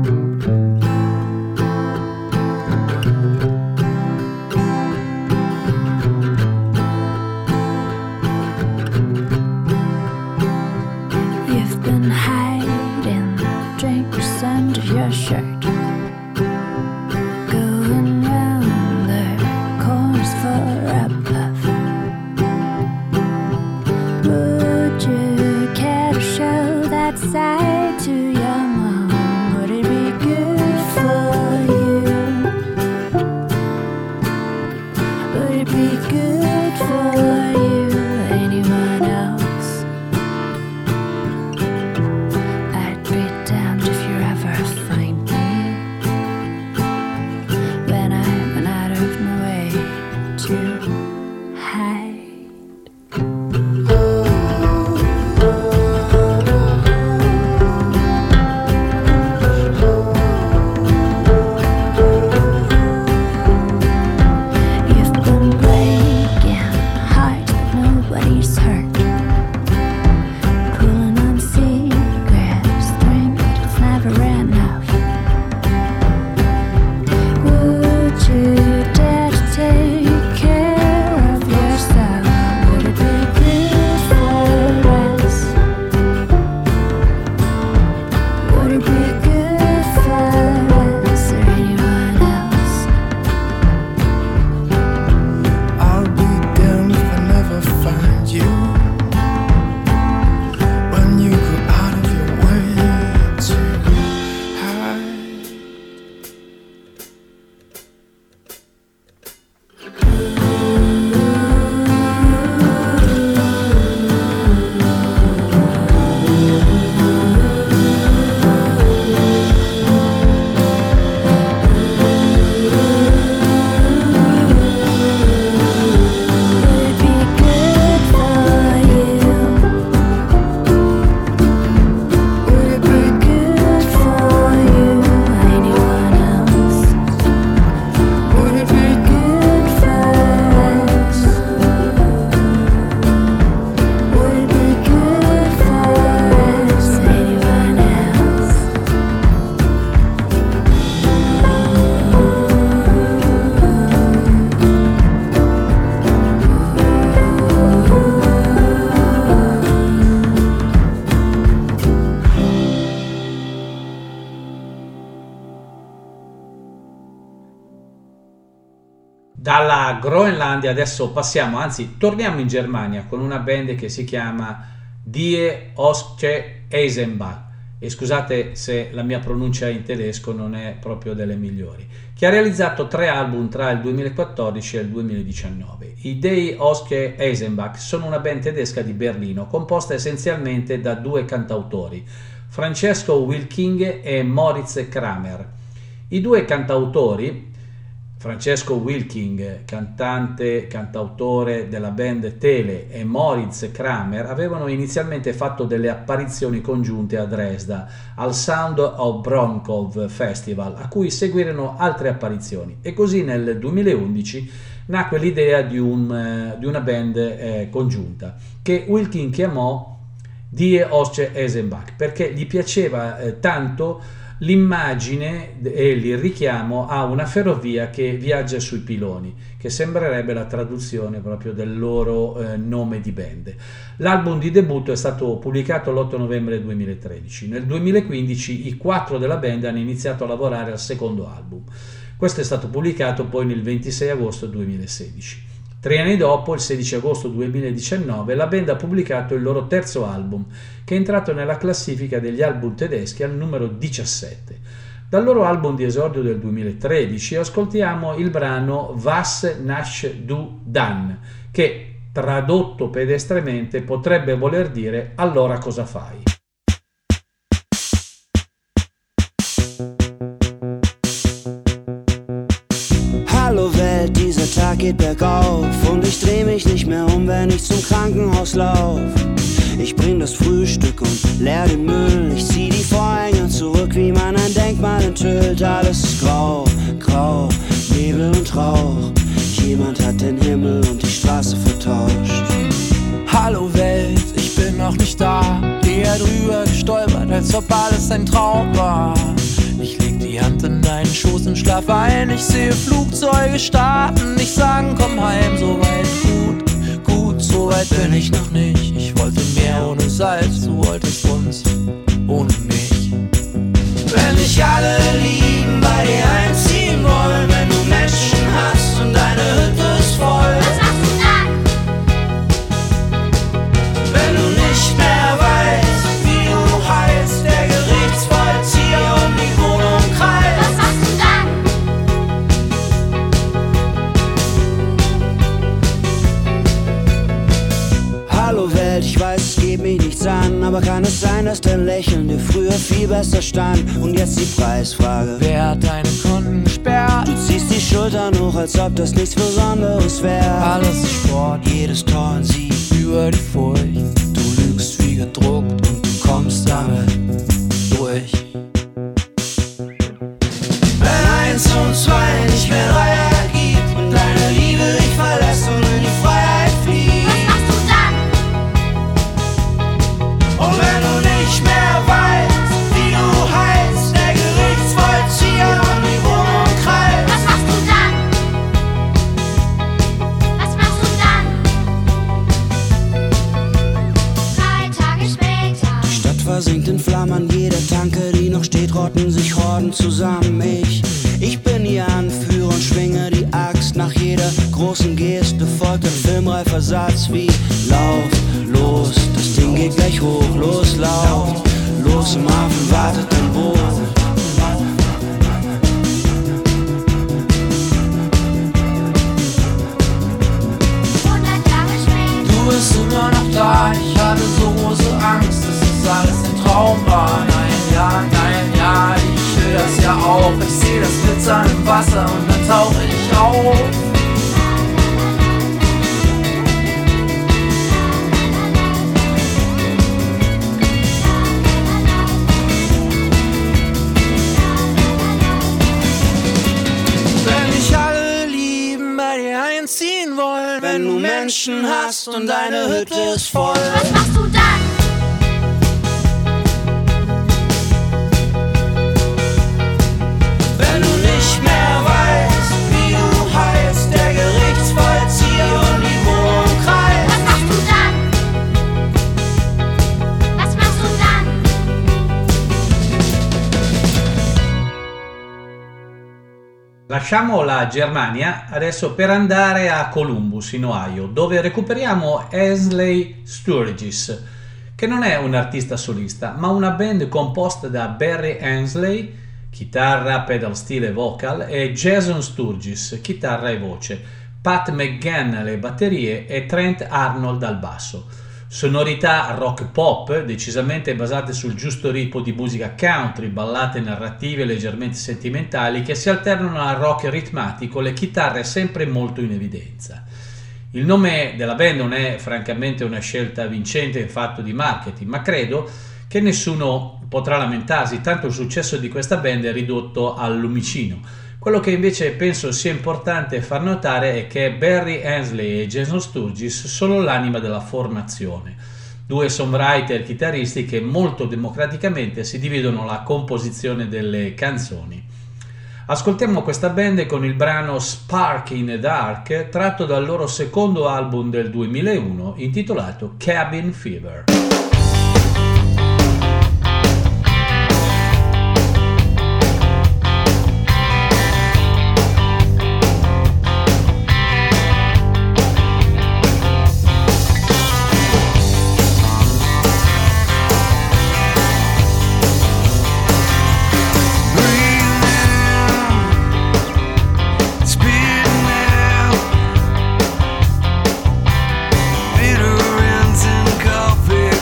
Side to your mom, would it be good for you? Would it be good for you? Anyone else? I'd be damned if you ever find me when I went out of my way to hide. You've been breaking hearts, but nobody's hurt. Pulling on secret string, but it's never enough. Would you dare to take care of yourself? Would it be good for us? Would it be good for us or anyone else? I'll be damned if I never find you. When you go out of your way to hide. Would it be good for you? Would it be good for you? Anyone else? Would it be good for us? Would it be good for us? Anyone else? Dalla Groenlandia adesso passiamo, anzi torniamo in Germania con una band che si chiama Die Osche Eisenbach, e scusate se la mia pronuncia in tedesco non è proprio delle migliori, che ha realizzato tre album tra il duemilaquattordici e il duemiladiciannove. I Die Osche Eisenbach sono una band tedesca di Berlino composta essenzialmente da due cantautori, Francesco Wilking e Moritz Kramer. I due cantautori, Francesco Wilking, cantante, cantautore della band Tele, e Moritz Kramer, avevano inizialmente fatto delle apparizioni congiunte a Dresda al Sound of Bronkov Festival, a cui seguirono altre apparizioni, e così nel duemilaundici nacque l'idea di, un, di una band eh, congiunta che Wilking chiamò Die Osche Eisenbach perché gli piaceva eh, tanto l'immagine e il richiamo a una ferrovia che viaggia sui piloni, che sembrerebbe la traduzione proprio del loro eh, nome di band. L'album di debutto è stato pubblicato l'otto novembre duemilatredici. Nel duemilaquindici i quattro della band hanno iniziato a lavorare al secondo album. Questo è stato pubblicato poi il ventisei agosto duemilasedici. Tre anni dopo, il sedici agosto duemiladiciannove, la band ha pubblicato il loro terzo album, che è entrato nella classifica degli album tedeschi al numero diciassette. Dal loro album di esordio del duemilatredici ascoltiamo il brano Was nach du dann, che tradotto pedestremente potrebbe voler dire allora cosa fai. Hallo Welt, dieser Tag geht bergauf und ich dreh mich nicht mehr um, wenn ich zum Krankenhaus lauf. Ich bring das Frühstück und leer den Müll. Ich zieh die Vorhänge zurück, wie man ein Denkmal enthüllt. Alles ist grau, grau, Nebel und Rauch. Jemand hat den Himmel und die Straße vertauscht. Hallo Welt, ich bin noch nicht da. Eher drüber gestolpert, als ob alles ein Traum war. Ich leg die Hand in deinen Schoß und schlaf ein. Ich sehe Flugzeuge starten, nicht sagen komm heim. So weit gut, gut, so weit bin ich noch nicht. Ich wollte mehr ohne Salz, du wolltest uns ohne mich. Wenn dich alle lieben, bei dir einziehen wollen, wenn du Menschen hast und deine Hütte ist voll. Was machst du dann? Wenn du nicht mehr weißt, wie du heißt, der Gerichtsvollzieher um die Wohnung kreist. Was machst du dann? Hallo Welt, ich weiß, es geht mich nichts an, aber kann es sein, dass dein Lächeln dir früher viel besser stand? Und jetzt die Preisfrage: Wer hat deine Konten gesperrt? Du ziehst die Schultern hoch, als ob das nichts Besonderes wäre. Alles ist Sport, jedes Tor ein Sieg über die Furcht. Du lügst wie gedruckt und du kommst damit durch. Wenn eins und zwei nicht mehr drei ergibt und deine Liebe dich verlässt und in die Freiheit fliegt, Was machst du dann? und wenn du nicht mehr weißt, wie du heißt, der Gerichtsvollzieher und die Wohnung kreist. Was machst du dann? Was machst du dann? Drei Tage später. Die Stadt versinkt in Flammen, jede Tanke, die noch steht, rotten sich Horden zusammen. Ich, ich bin ihr Anführer und schwinge die Axt. Nach jeder großen Geste folgt ein filmreifer Satz wie: Lauf, los, das Ding geht gleich hoch. Los, lauf, los, im Hafen wartet ein Boot. hundert Jahre später. Du bist immer noch da, ich hatte so große Angst, dass das alles ein Traum war. Nein, ja, nein, ja, ich will das ja auch. Ich seh das Glitzern im Wasser und dann tauche ich auf. Wenn dich alle lieben, bei dir einziehen wollen, wenn du Menschen hast und deine Hütte ist voll. Was machst du dann? Wenn du nicht mehr weißt, wie du heißt, der Gerichtsvollzieher und die Wohnung kreist. Was machst du dann? Was machst du dann? Lasciamo la Germania adesso per andare a Columbus in Ohio, dove recuperiamo Ainsley Sturgis, che non è un artista solista, ma una band composta da Barry Ainsley, chitarra, pedal steel e vocal, e Jason Sturgis, chitarra e voce, Pat McGann alle batterie e Trent Arnold al basso. Sonorità rock pop, decisamente basate sul giusto ritmo di musica country, ballate narrative leggermente sentimentali che si alternano al rock ritmatico, le chitarre sempre molto in evidenza. Il nome della band non è francamente una scelta vincente in fatto di marketing, ma credo che nessuno potrà lamentarsi, tanto il successo di questa band è ridotto al lumicino. Quello che invece penso sia importante far notare è che Barry Ainsley e Jason Sturgis sono l'anima della formazione, due songwriter chitarristi che molto democraticamente si dividono la composizione delle canzoni. Ascoltiamo questa band con il brano Spark in the Dark, tratto dal loro secondo album del duemilauno intitolato Cabin Fever. Bitter ends in coffee.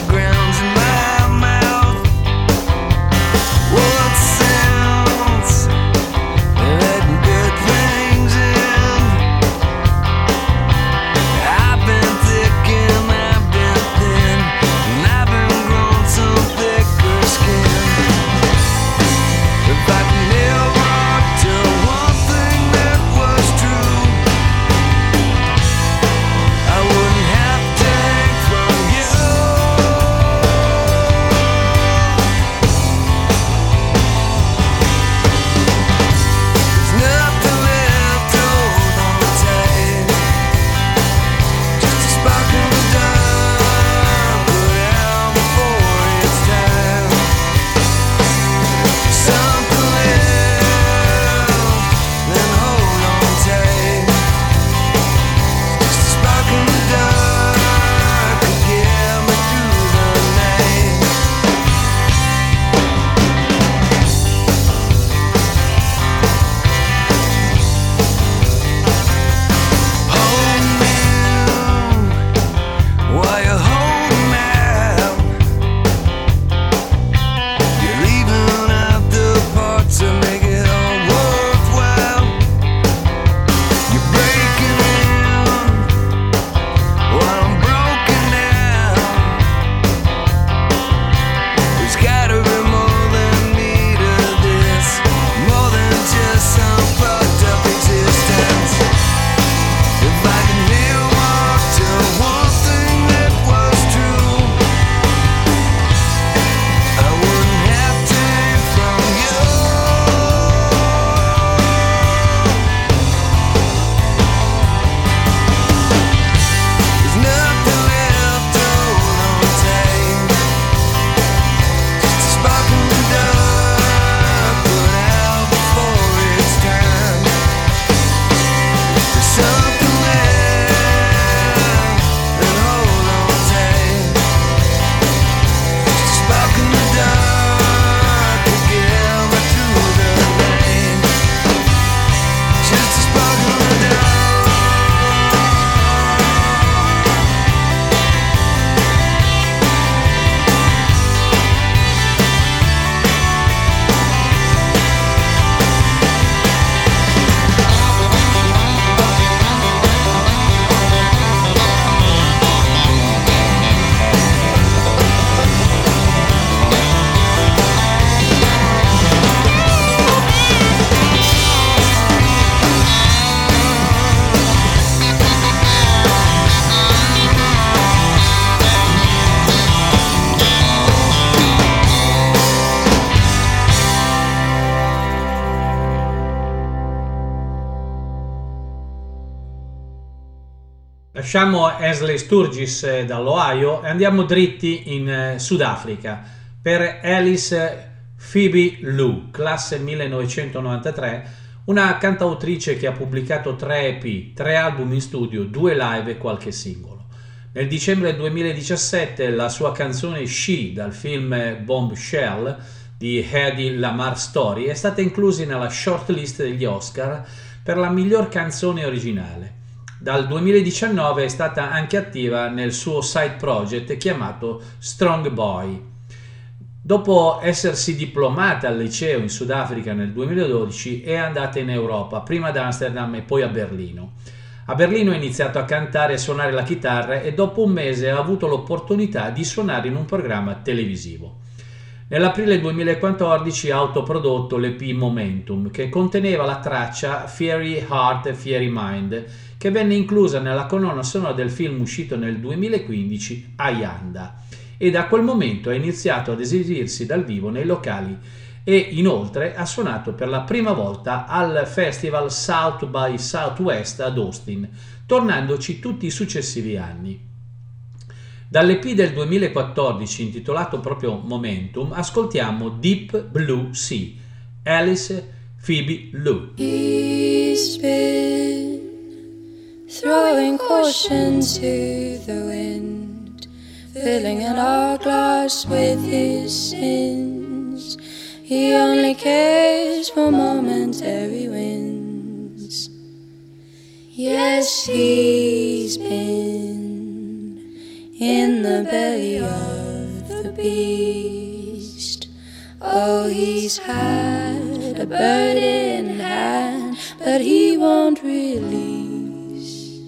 Lasciamo Ashley Sturgis dall'Ohio e andiamo dritti in Sudafrica per Alice Phoebe Lou, classe millenovecentonovantatré, una cantautrice che ha pubblicato tre E P, tre album in studio, due live e qualche singolo. Nel dicembre duemiladiciassette la sua canzone She dal film Bombshell di Hedy Lamar Story è stata inclusa nella shortlist degli Oscar per la miglior canzone originale. Dal duemiladiciannove è stata anche attiva nel suo side project chiamato Strong Boy. Dopo essersi diplomata al liceo in Sudafrica nel duemiladodici è andata in Europa, prima ad Amsterdam e poi a Berlino. A Berlino ha iniziato a cantare e suonare la chitarra e dopo un mese ha avuto l'opportunità di suonare in un programma televisivo. Nell'aprile duemilaquattordici ha autoprodotto l'E P Momentum, che conteneva la traccia Fiery Heart e Fiery Mind, che venne inclusa nella colonna sonora del film uscito nel duemilaquindici, Ayanda, e da quel momento ha iniziato ad esibirsi dal vivo nei locali e inoltre ha suonato per la prima volta al festival South by Southwest ad Austin, tornandoci tutti i successivi anni. Dall'E P del duemilaquattordici intitolato proprio Momentum ascoltiamo Deep Blue Sea, Alice Phoebe Lou. He's been throwing caution to the wind, filling an hourglass with his sins. He only cares for momentary wins. Yes, he's been in the belly of the beast. Oh, he's had a bird in hand, but he won't release.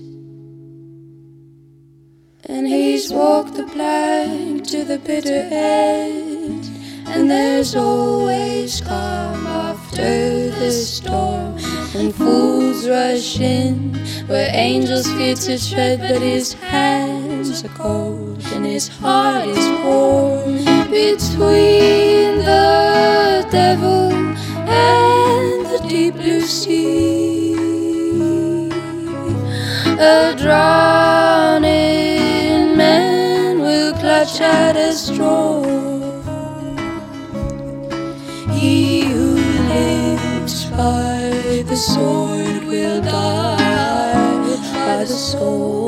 And he's walked the plank to the bitter end, and there's always calm after the storm. And fools rush in where angels fear to tread, but his hands are cold and his heart is warm. Between the devil and the deep blue sea, a drowning man will clutch at a straw. He who lives by the sword will die by the sword,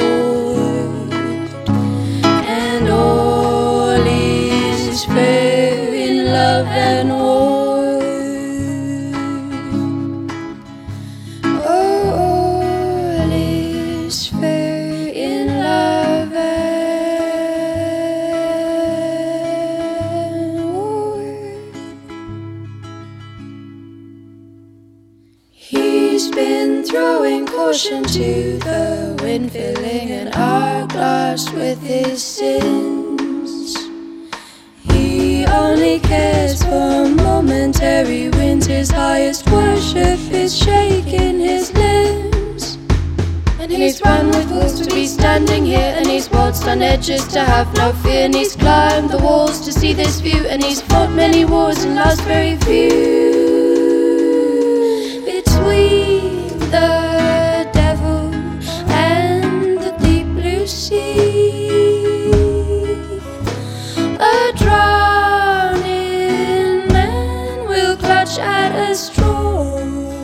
and all is fair in love and war. Oh, all is fair in love and war. He's been throwing caution to the wind, filling an hourglass with his sins. He only cares for momentary wins. His highest worship is shaking his limbs. And he's run with wolves to be standing here, and he's waltzed on edges to have no fear, and he's climbed the walls to see this view, and he's fought many wars and lost very few. Between the devil and the deep blue sea, a drowning man will clutch at a straw.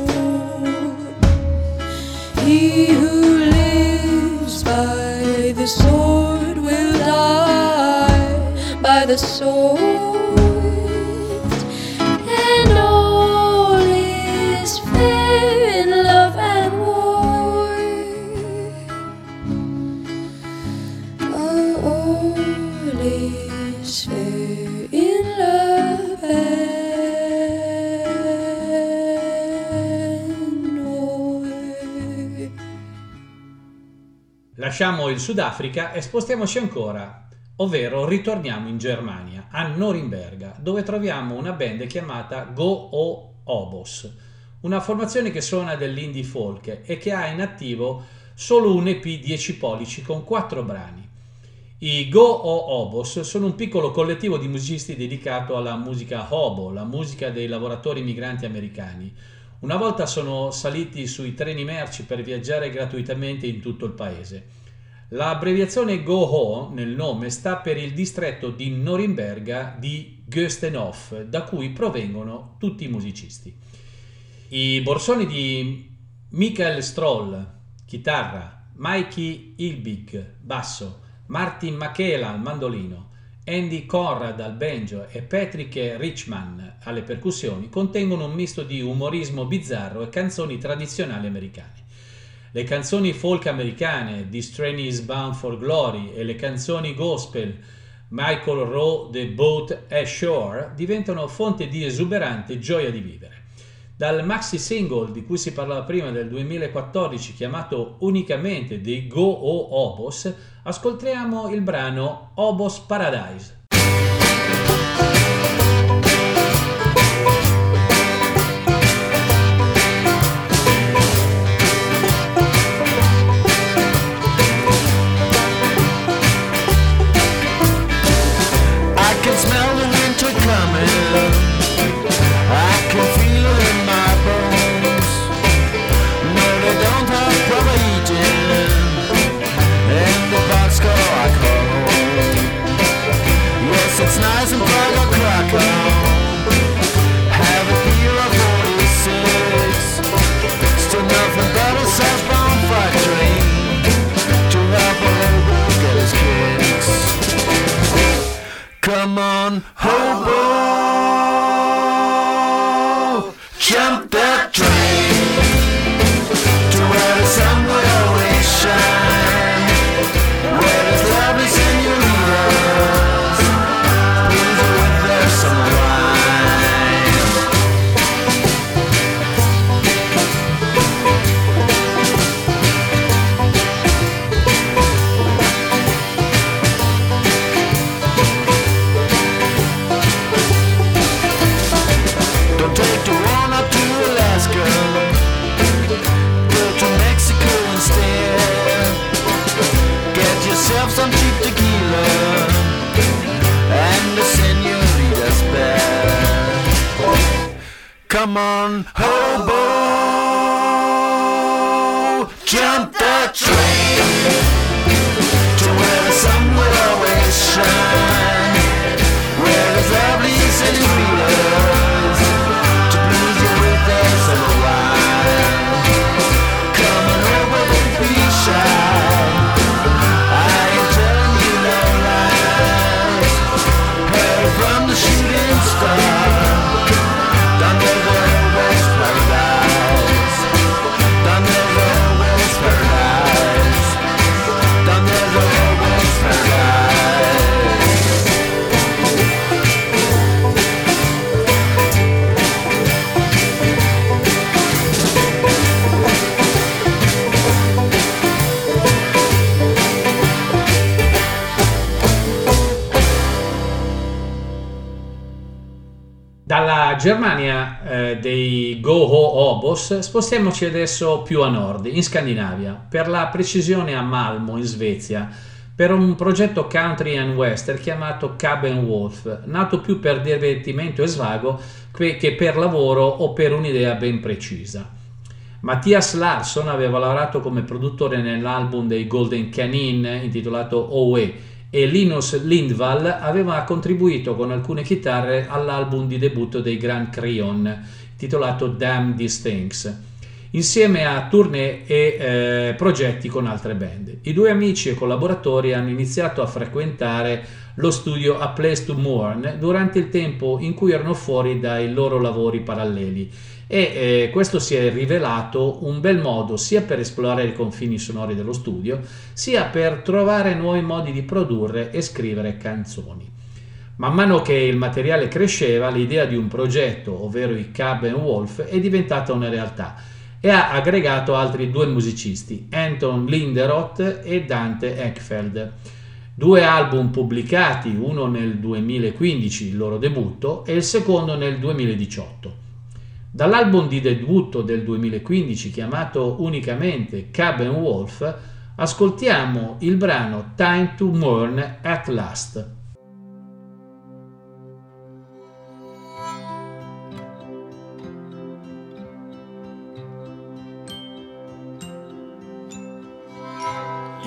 He who lives by the sword will die by the sword, and all is fair in love and war. Oh, all is fair in love and war. Lasciamo il Sudafrica e spostiamoci ancora, ovvero ritorniamo in Germania, a Norimberga, dove troviamo una band chiamata Go-O-Obos, una formazione che suona dell'indie folk e che ha in attivo solo un E P dieci pollici con quattro brani. I Go-O-Obos sono un piccolo collettivo di musicisti dedicato alla musica hobo, la musica dei lavoratori migranti americani. Una volta sono saliti sui treni merci per viaggiare gratuitamente in tutto il paese. L'abbreviazione Go Ho nel nome sta per il distretto di Norimberga di Göstenhof, da cui provengono tutti i musicisti. I borsoni di Michael Stroll, chitarra, Mikey Ilbig, basso, Martin Makela al mandolino, Andy Conrad al banjo e Patrick Richman alle percussioni, contengono un misto di umorismo bizzarro e canzoni tradizionali americane. Le canzoni folk americane This Train is Bound for Glory e le canzoni gospel Michael Rowe The Boat Ashore diventano fonte di esuberante gioia di vivere. Dal maxi single di cui si parlava prima del duemilaquattordici chiamato unicamente The Go O Hobos, ascoltiamo il brano Hobos Paradise. It's nice and plug a crack on. Have a beer of forty-six. Still nothing but a southbound factory to help a hobo get his kicks. Come on, hobo, jump that train to where the sun will always shine, where there's lovely senoritas. Some cheap tequila and a senorita's bed. Come on, hobo, jump the train to where the sun will always shine, where there's lovely senoritas to please you with their summer wine. Come on over, don't be shy. From the shooting star, down there the West Paradise, down there the West Paradise, down there the West Paradise. Dalla Germania eh, dei Go Ho Hobos spostiamoci adesso più a nord, in Scandinavia, per la precisione a Malmo, in Svezia, per un progetto country and western chiamato Cub and Wolf, nato più per divertimento e svago che per lavoro o per un'idea ben precisa. Mattias Larsson aveva lavorato come produttore nell'album dei Golden Canine intitolato Owe, e Linus Lindvall aveva contribuito con alcune chitarre all'album di debutto dei Grand Creon titolato Damn These Things, insieme a tournée e eh, progetti con altre band. I due amici e collaboratori hanno iniziato a frequentare lo studio A Place to Mourn durante il tempo in cui erano fuori dai loro lavori paralleli, e eh, questo si è rivelato un bel modo sia per esplorare i confini sonori dello studio, sia per trovare nuovi modi di produrre e scrivere canzoni. Man mano che il materiale cresceva, l'idea di un progetto, ovvero i Cub and Wolf, è diventata una realtà e ha aggregato altri due musicisti, Anton Linderoth e Dante Ekfeld. Due album pubblicati, uno nel duemilaquindici, il loro debutto, e il secondo nel duemiladiciotto. Dall'album di debutto del duemilaquindici chiamato unicamente Cub and Wolf ascoltiamo il brano Time to Mourn at Last.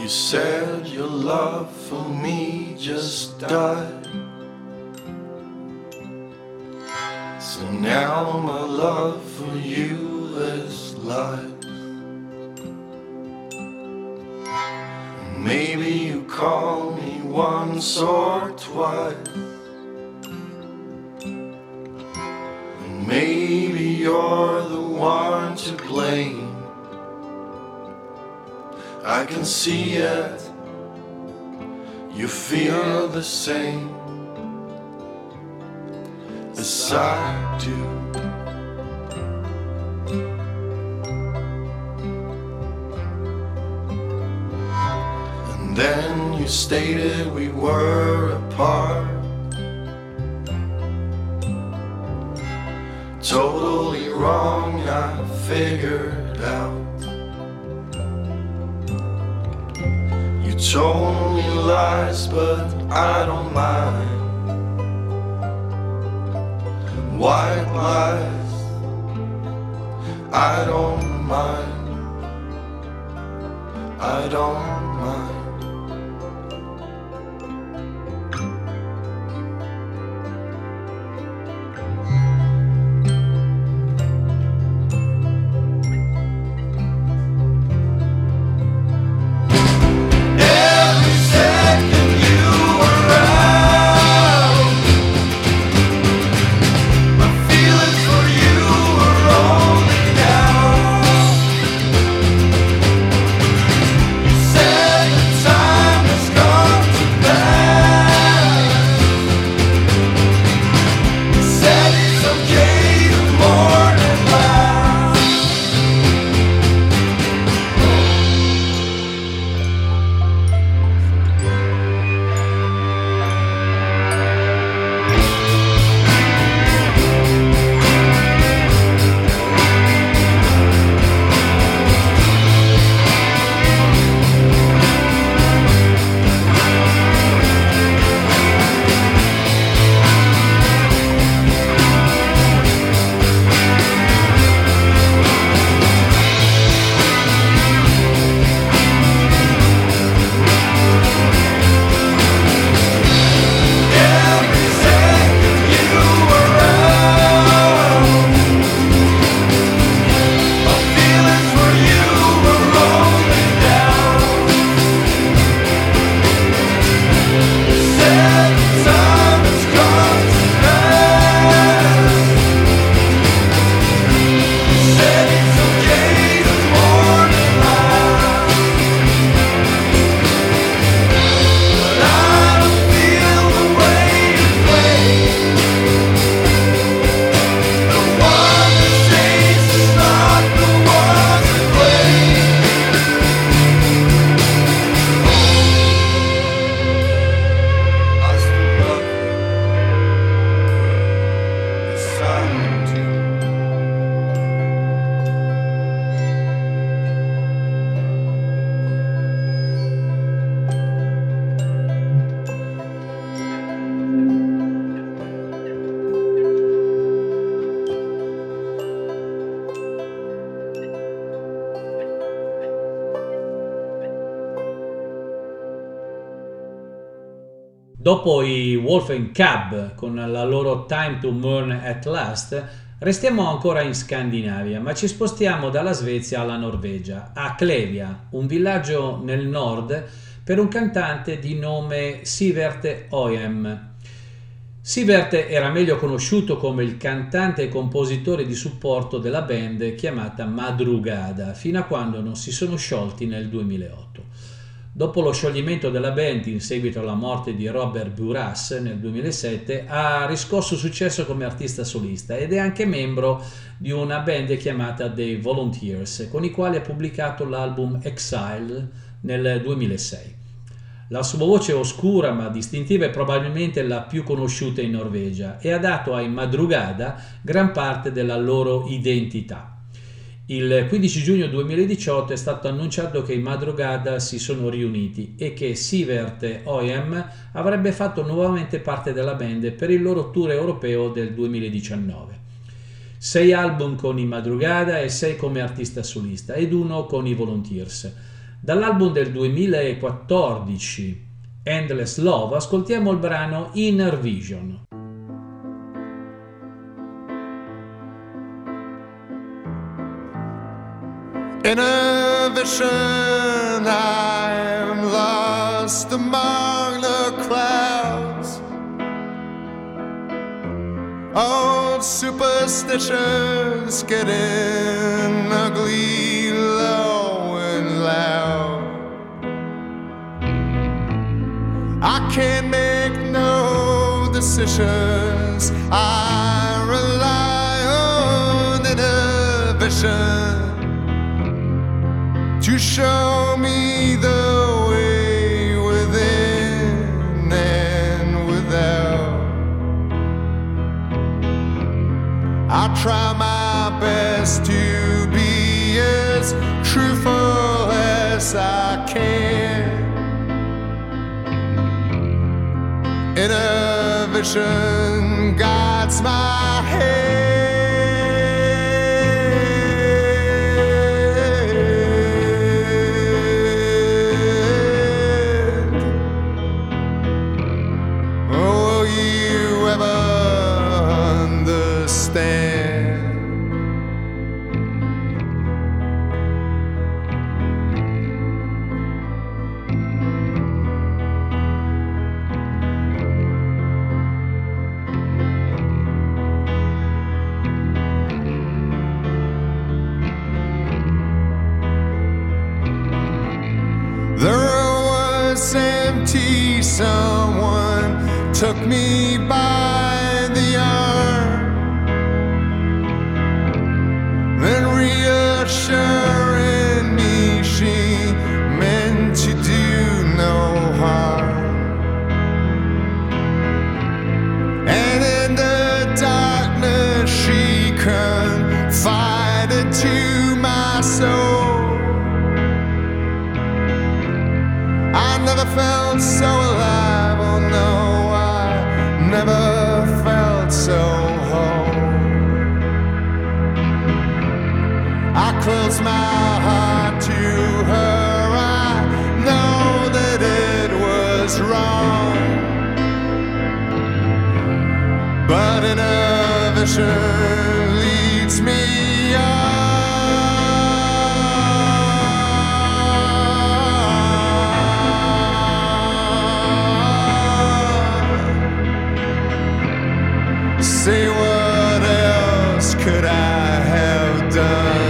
You said your love for me just died. So now my love for you is lies. Maybe you call me once or twice. Maybe you're the one to blame. I can see it. You feel the same as I do. And then you stated we were apart. Totally wrong, I figured out. You told me lies, but I don't mind. White lies, I don't mind. I don't mind. Dopo i Wolfen Cub con la loro Time to Mourn at Last, restiamo ancora in Scandinavia, ma ci spostiamo dalla Svezia alla Norvegia, a Klevia, un villaggio nel nord, per un cantante di nome Sivert Øyem. Sivert era meglio conosciuto come il cantante e compositore di supporto della band chiamata Madrugada, fino a quando non si sono sciolti nel duemilaotto. Dopo lo scioglimento della band in seguito alla morte di Robert Buras nel duemilasette, ha riscosso successo come artista solista ed è anche membro di una band chiamata The Volunteers, con i quali ha pubblicato l'album Exile nel duemilasei. La sua voce oscura ma distintiva è probabilmente la più conosciuta in Norvegia e ha dato ai Madrugada gran parte della loro identità. Il quindici giugno duemiladiciotto è stato annunciato che i Madrugada si sono riuniti e che Sivert Øyem avrebbe fatto nuovamente parte della band per il loro tour europeo del duemiladiciannove. Sei album con i Madrugada e sei come artista solista ed uno con i Volunteers. Dall'album del duemilaquattordici Endless Love ascoltiamo il brano Inner Vision. Inner vision, I'm lost among the clouds. Old superstitions getting ugly, low and loud. I can't make no decisions. I rely on inner vision to show me the way within and without. I try my best to be as truthful as I can. Inner vision guides my head. Someone took me by the arm, then reassuring me she meant to do no harm. And in the darkness she confided to my soul. I never felt so alive, oh no, I never felt so whole. I close my heart to her, I know that it was wrong, but inner vision leads me on. Say what else could I have done?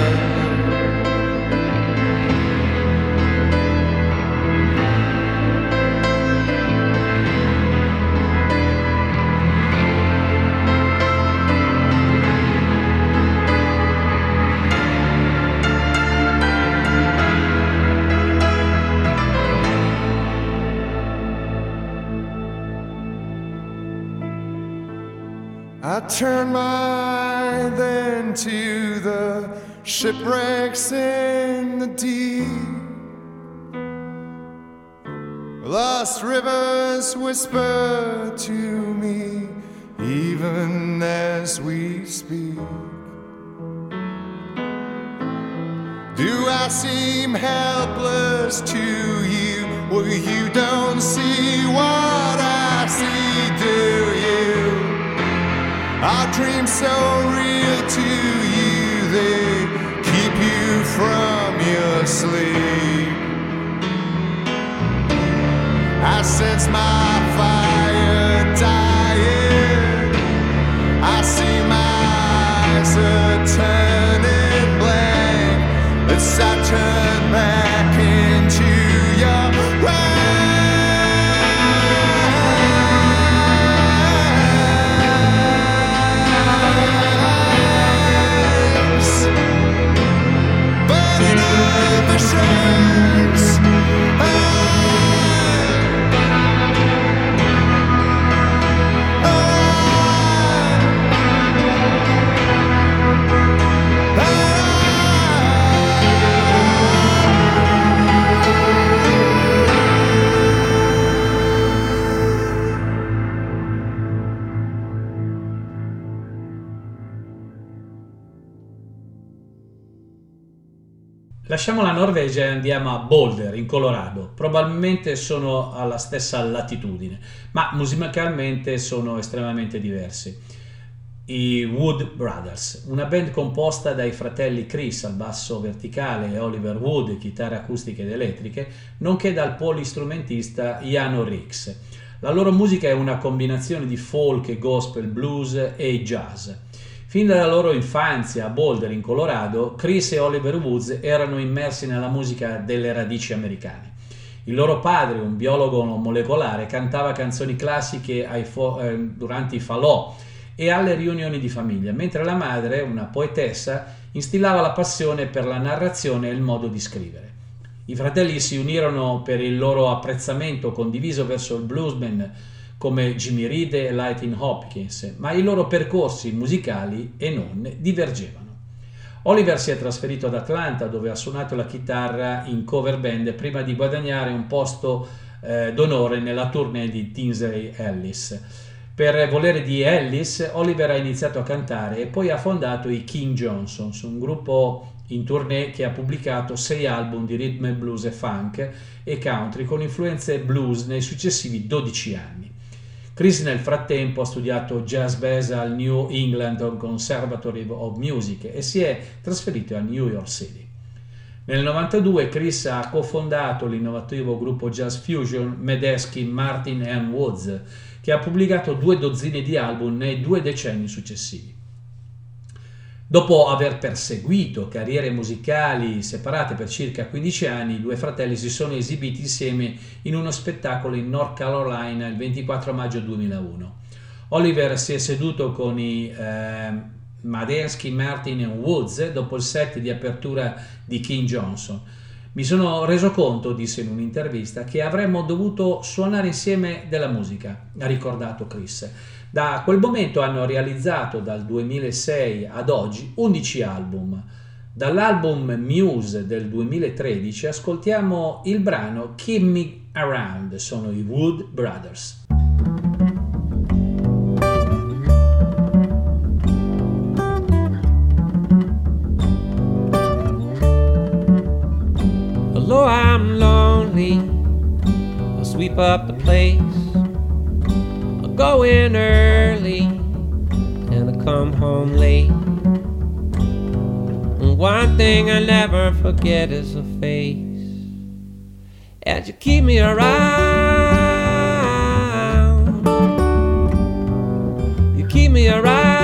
I turn my eye then to the shipwrecks in the deep. Lost rivers whisper to me even as we speak. Do I seem helpless to you? Well, you don't see what I see, do you? Our dreams so real to you, they keep you from your sleep. I sense my fire dying. I see my eyes are turning blank as I turn back into your rays. But in other visions, I Lasciamo la Norvegia e andiamo a Boulder, in Colorado. Probabilmente sono alla stessa latitudine, ma musicalmente sono estremamente diversi. I Wood Brothers, una band composta dai fratelli Chris al basso verticale e Oliver Wood, chitarre acustiche ed elettriche, nonché dal polistrumentista Jano Rix. La loro musica è una combinazione di folk, gospel, blues e jazz. Fin dalla loro infanzia a Boulder, in Colorado, Chris e Oliver Woods erano immersi nella musica delle radici americane. Il loro padre, un biologo molecolare, cantava canzoni classiche ai fo- eh, durante i falò e alle riunioni di famiglia, mentre la madre, una poetessa, instillava la passione per la narrazione e il modo di scrivere. I fratelli si unirono per il loro apprezzamento condiviso verso il bluesman come Jimmy Reed e Lightning Hopkins, ma i loro percorsi musicali e non divergevano. Oliver si è trasferito ad Atlanta, dove ha suonato la chitarra in cover band prima di guadagnare un posto eh, d'onore nella tournée di Tinsley Ellis. Per volere di Ellis, Oliver ha iniziato a cantare e poi ha fondato i King Johnsons, un gruppo in tournée che ha pubblicato sei album di rhythm and blues e funk e country con influenze blues nei successivi dodici anni. Chris nel frattempo ha studiato jazz bass al New England Conservatory of Music e si è trasferito a New York City. Nel novantadue Chris ha cofondato l'innovativo gruppo jazz fusion Medeski, Martin and Woods, che ha pubblicato due dozzine di album nei due decenni successivi. Dopo aver perseguito carriere musicali separate per circa quindici anni, i due fratelli si sono esibiti insieme in uno spettacolo in North Carolina il ventiquattro maggio duemilauno. Oliver si è seduto con i eh, Medeski, Martin e Woods dopo il set di apertura di King Johnson. Mi sono reso conto, disse in un'intervista, che avremmo dovuto suonare insieme della musica, ha ricordato Chris. Da quel momento hanno realizzato dal duemilasei ad oggi undici album. Dall'album Muse del duemilatredici ascoltiamo il brano Keep Me Around, sono i Wood Brothers. Although I'm lonely, I'll sweep up the place. I'll go in early and I'll come home late. And one thing I never forget is her face. And you keep me around, you keep me around.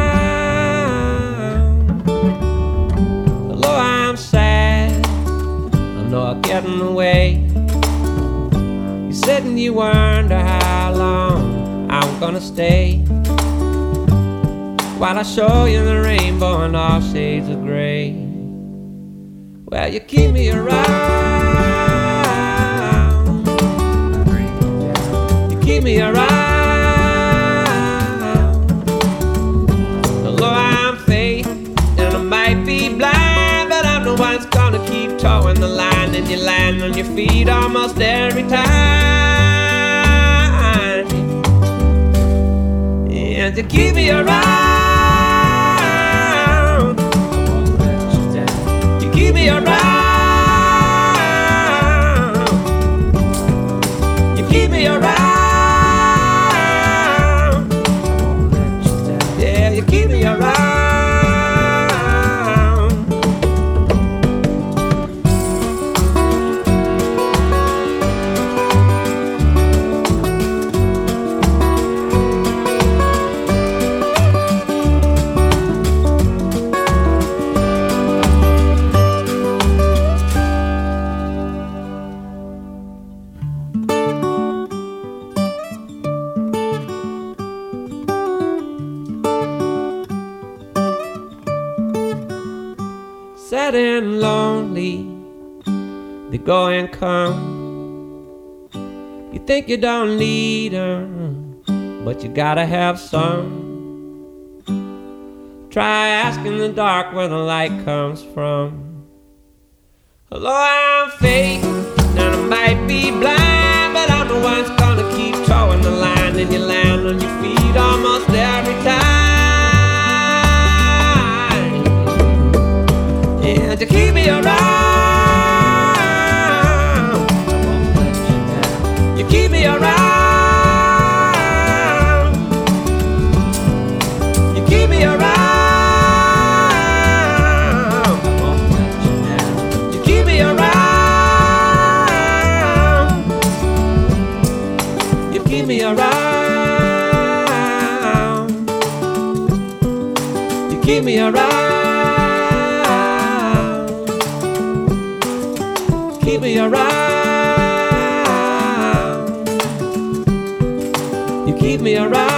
Although I'm sad, I know I'll get in the way. You sit and you wonder how long I'm gonna stay, while I show you the rainbow in all shades of gray. Well, you keep me around, you keep me around. Although I'm faith and I might be blind, but I'm the one's gonna keep towing the line, and you land on your feet almost every time. And you keep me around, you keep me around, you keep me around, yeah, you keep me around. Sad and lonely, they go and come. You think you don't need them, but you gotta have some. Try asking the dark where the light comes from. Although I'm fake and I might be blind, but I'm the one's gonna keep towing the line, and you land on your feet almost every time. And you keep me around, You keep me around. You keep me around. You keep me around. You keep me around. You keep me around. Keep me around. You keep me around.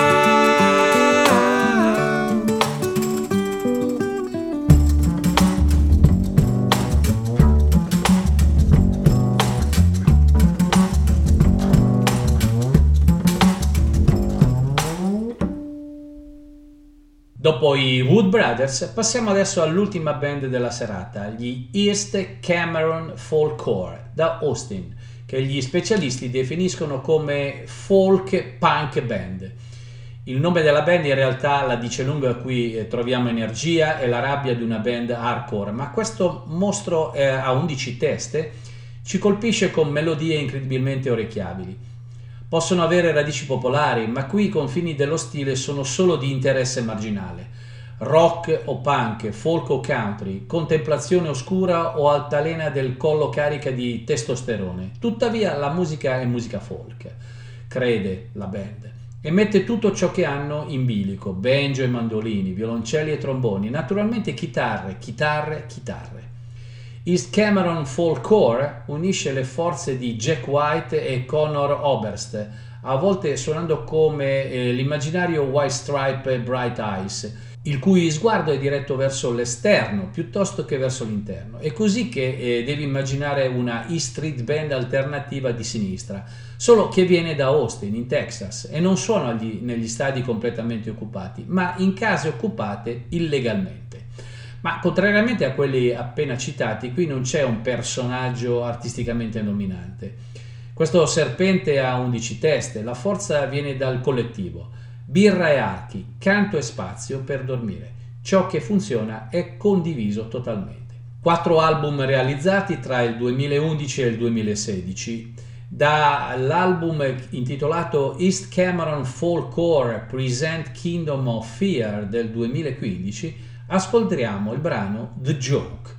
Dopo i Wood Brothers passiamo adesso all'ultima band della serata, gli East Cameron Folk Core da Austin, che gli specialisti definiscono come folk punk band. Il nome della band in realtà la dice lunga, qui troviamo energia e la rabbia di una band hardcore, ma questo mostro eh, a undici teste ci colpisce con melodie incredibilmente orecchiabili. Possono avere radici popolari, ma qui i confini dello stile sono solo di interesse marginale. Rock o punk, folk o country, contemplazione oscura o altalena del collo carica di testosterone. Tuttavia la musica è musica folk, crede la band, e mette tutto ciò che hanno in bilico: banjo e mandolini, violoncelli e tromboni, naturalmente chitarre, chitarre, chitarre. East Cameron Folk Core unisce le forze di Jack White e Conor Oberst, a volte suonando come eh, l'immaginario White Stripe Bright Eyes, il cui sguardo è diretto verso l'esterno piuttosto che verso l'interno. È così che eh, devi immaginare una E Street Band alternativa di sinistra, solo che viene da Austin, in Texas, e non suona agli, negli stadi completamente occupati, ma in case occupate illegalmente. Ma contrariamente a quelli appena citati, qui non c'è un personaggio artisticamente dominante. Questo serpente ha undici teste, la forza viene dal collettivo. Birra e archi, canto e spazio per dormire. Ciò che funziona è condiviso totalmente. Quattro album realizzati tra il duemilaundici e il duemilasedici. Dall'album intitolato East Cameron Folk Core Present Kingdom of Fear del duemilaquindici, ascoltiamo il brano The Joke.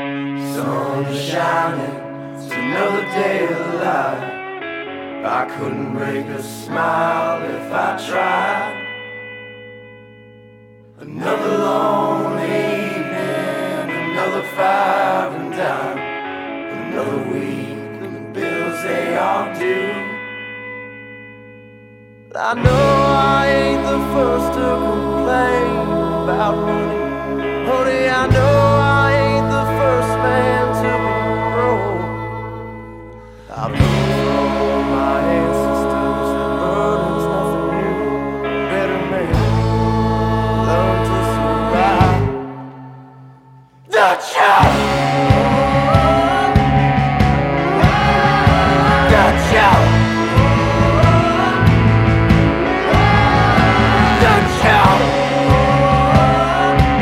Sun is shining, it's another day of light. I couldn't break a smile if I tried. Another lonely evening, another five and dime, another week and the bills they all due. I know I ain't the first to complain about money. Honey, I know I ain't the first man to be broke. I've been from my ancestors, that burning's nothing new. Better man, learn to survive. The child, the child, the child.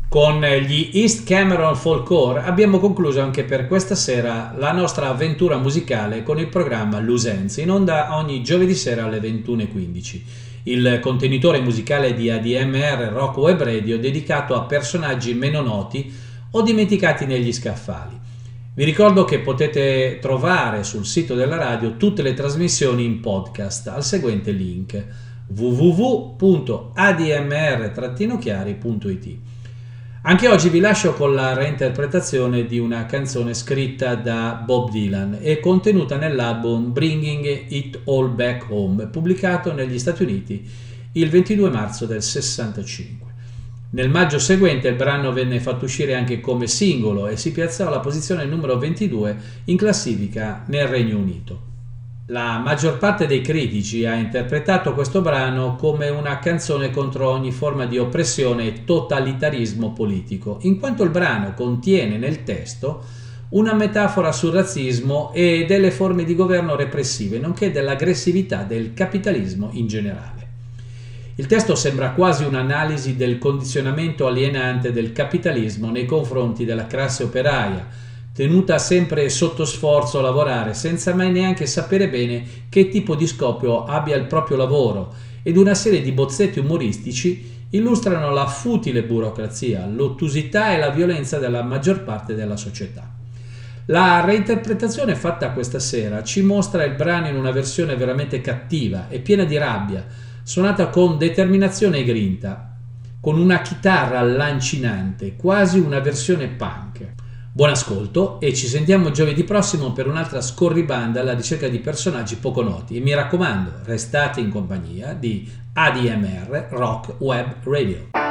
Con gli East Cameron Folklore abbiamo concluso anche per questa sera la nostra avventura musicale con il programma Loose Ends, in onda ogni giovedì sera alle ventuno e quindici, il contenitore musicale di A D M R Rock Web Radio dedicato a personaggi meno noti o dimenticati negli scaffali. Vi ricordo che potete trovare sul sito della radio tutte le trasmissioni in podcast al seguente link: w w w punto a d m r chiari punto i t. Anche oggi vi lascio con la reinterpretazione di una canzone scritta da Bob Dylan e contenuta nell'album Bringing It All Back Home, pubblicato negli Stati Uniti il ventidue marzo del sessantacinque. Nel maggio seguente il brano venne fatto uscire anche come singolo e si piazzò alla posizione numero ventidue in classifica nel Regno Unito. La maggior parte dei critici ha interpretato questo brano come una canzone contro ogni forma di oppressione e totalitarismo politico, in quanto il brano contiene nel testo una metafora sul razzismo e delle forme di governo repressive, nonché dell'aggressività del capitalismo in generale. Il testo sembra quasi un'analisi del condizionamento alienante del capitalismo nei confronti della classe operaia, tenuta sempre sotto sforzo a lavorare senza mai neanche sapere bene che tipo di scopo abbia il proprio lavoro, ed una serie di bozzetti umoristici illustrano la futile burocrazia, l'ottusità e la violenza della maggior parte della società. La reinterpretazione fatta questa sera ci mostra il brano in una versione veramente cattiva e piena di rabbia, suonata con determinazione e grinta, con una chitarra lancinante, quasi una versione punk. Buon ascolto e ci sentiamo giovedì prossimo per un'altra scorribanda alla ricerca di personaggi poco noti, e mi raccomando, restate in compagnia di A D M R Rock Web Radio.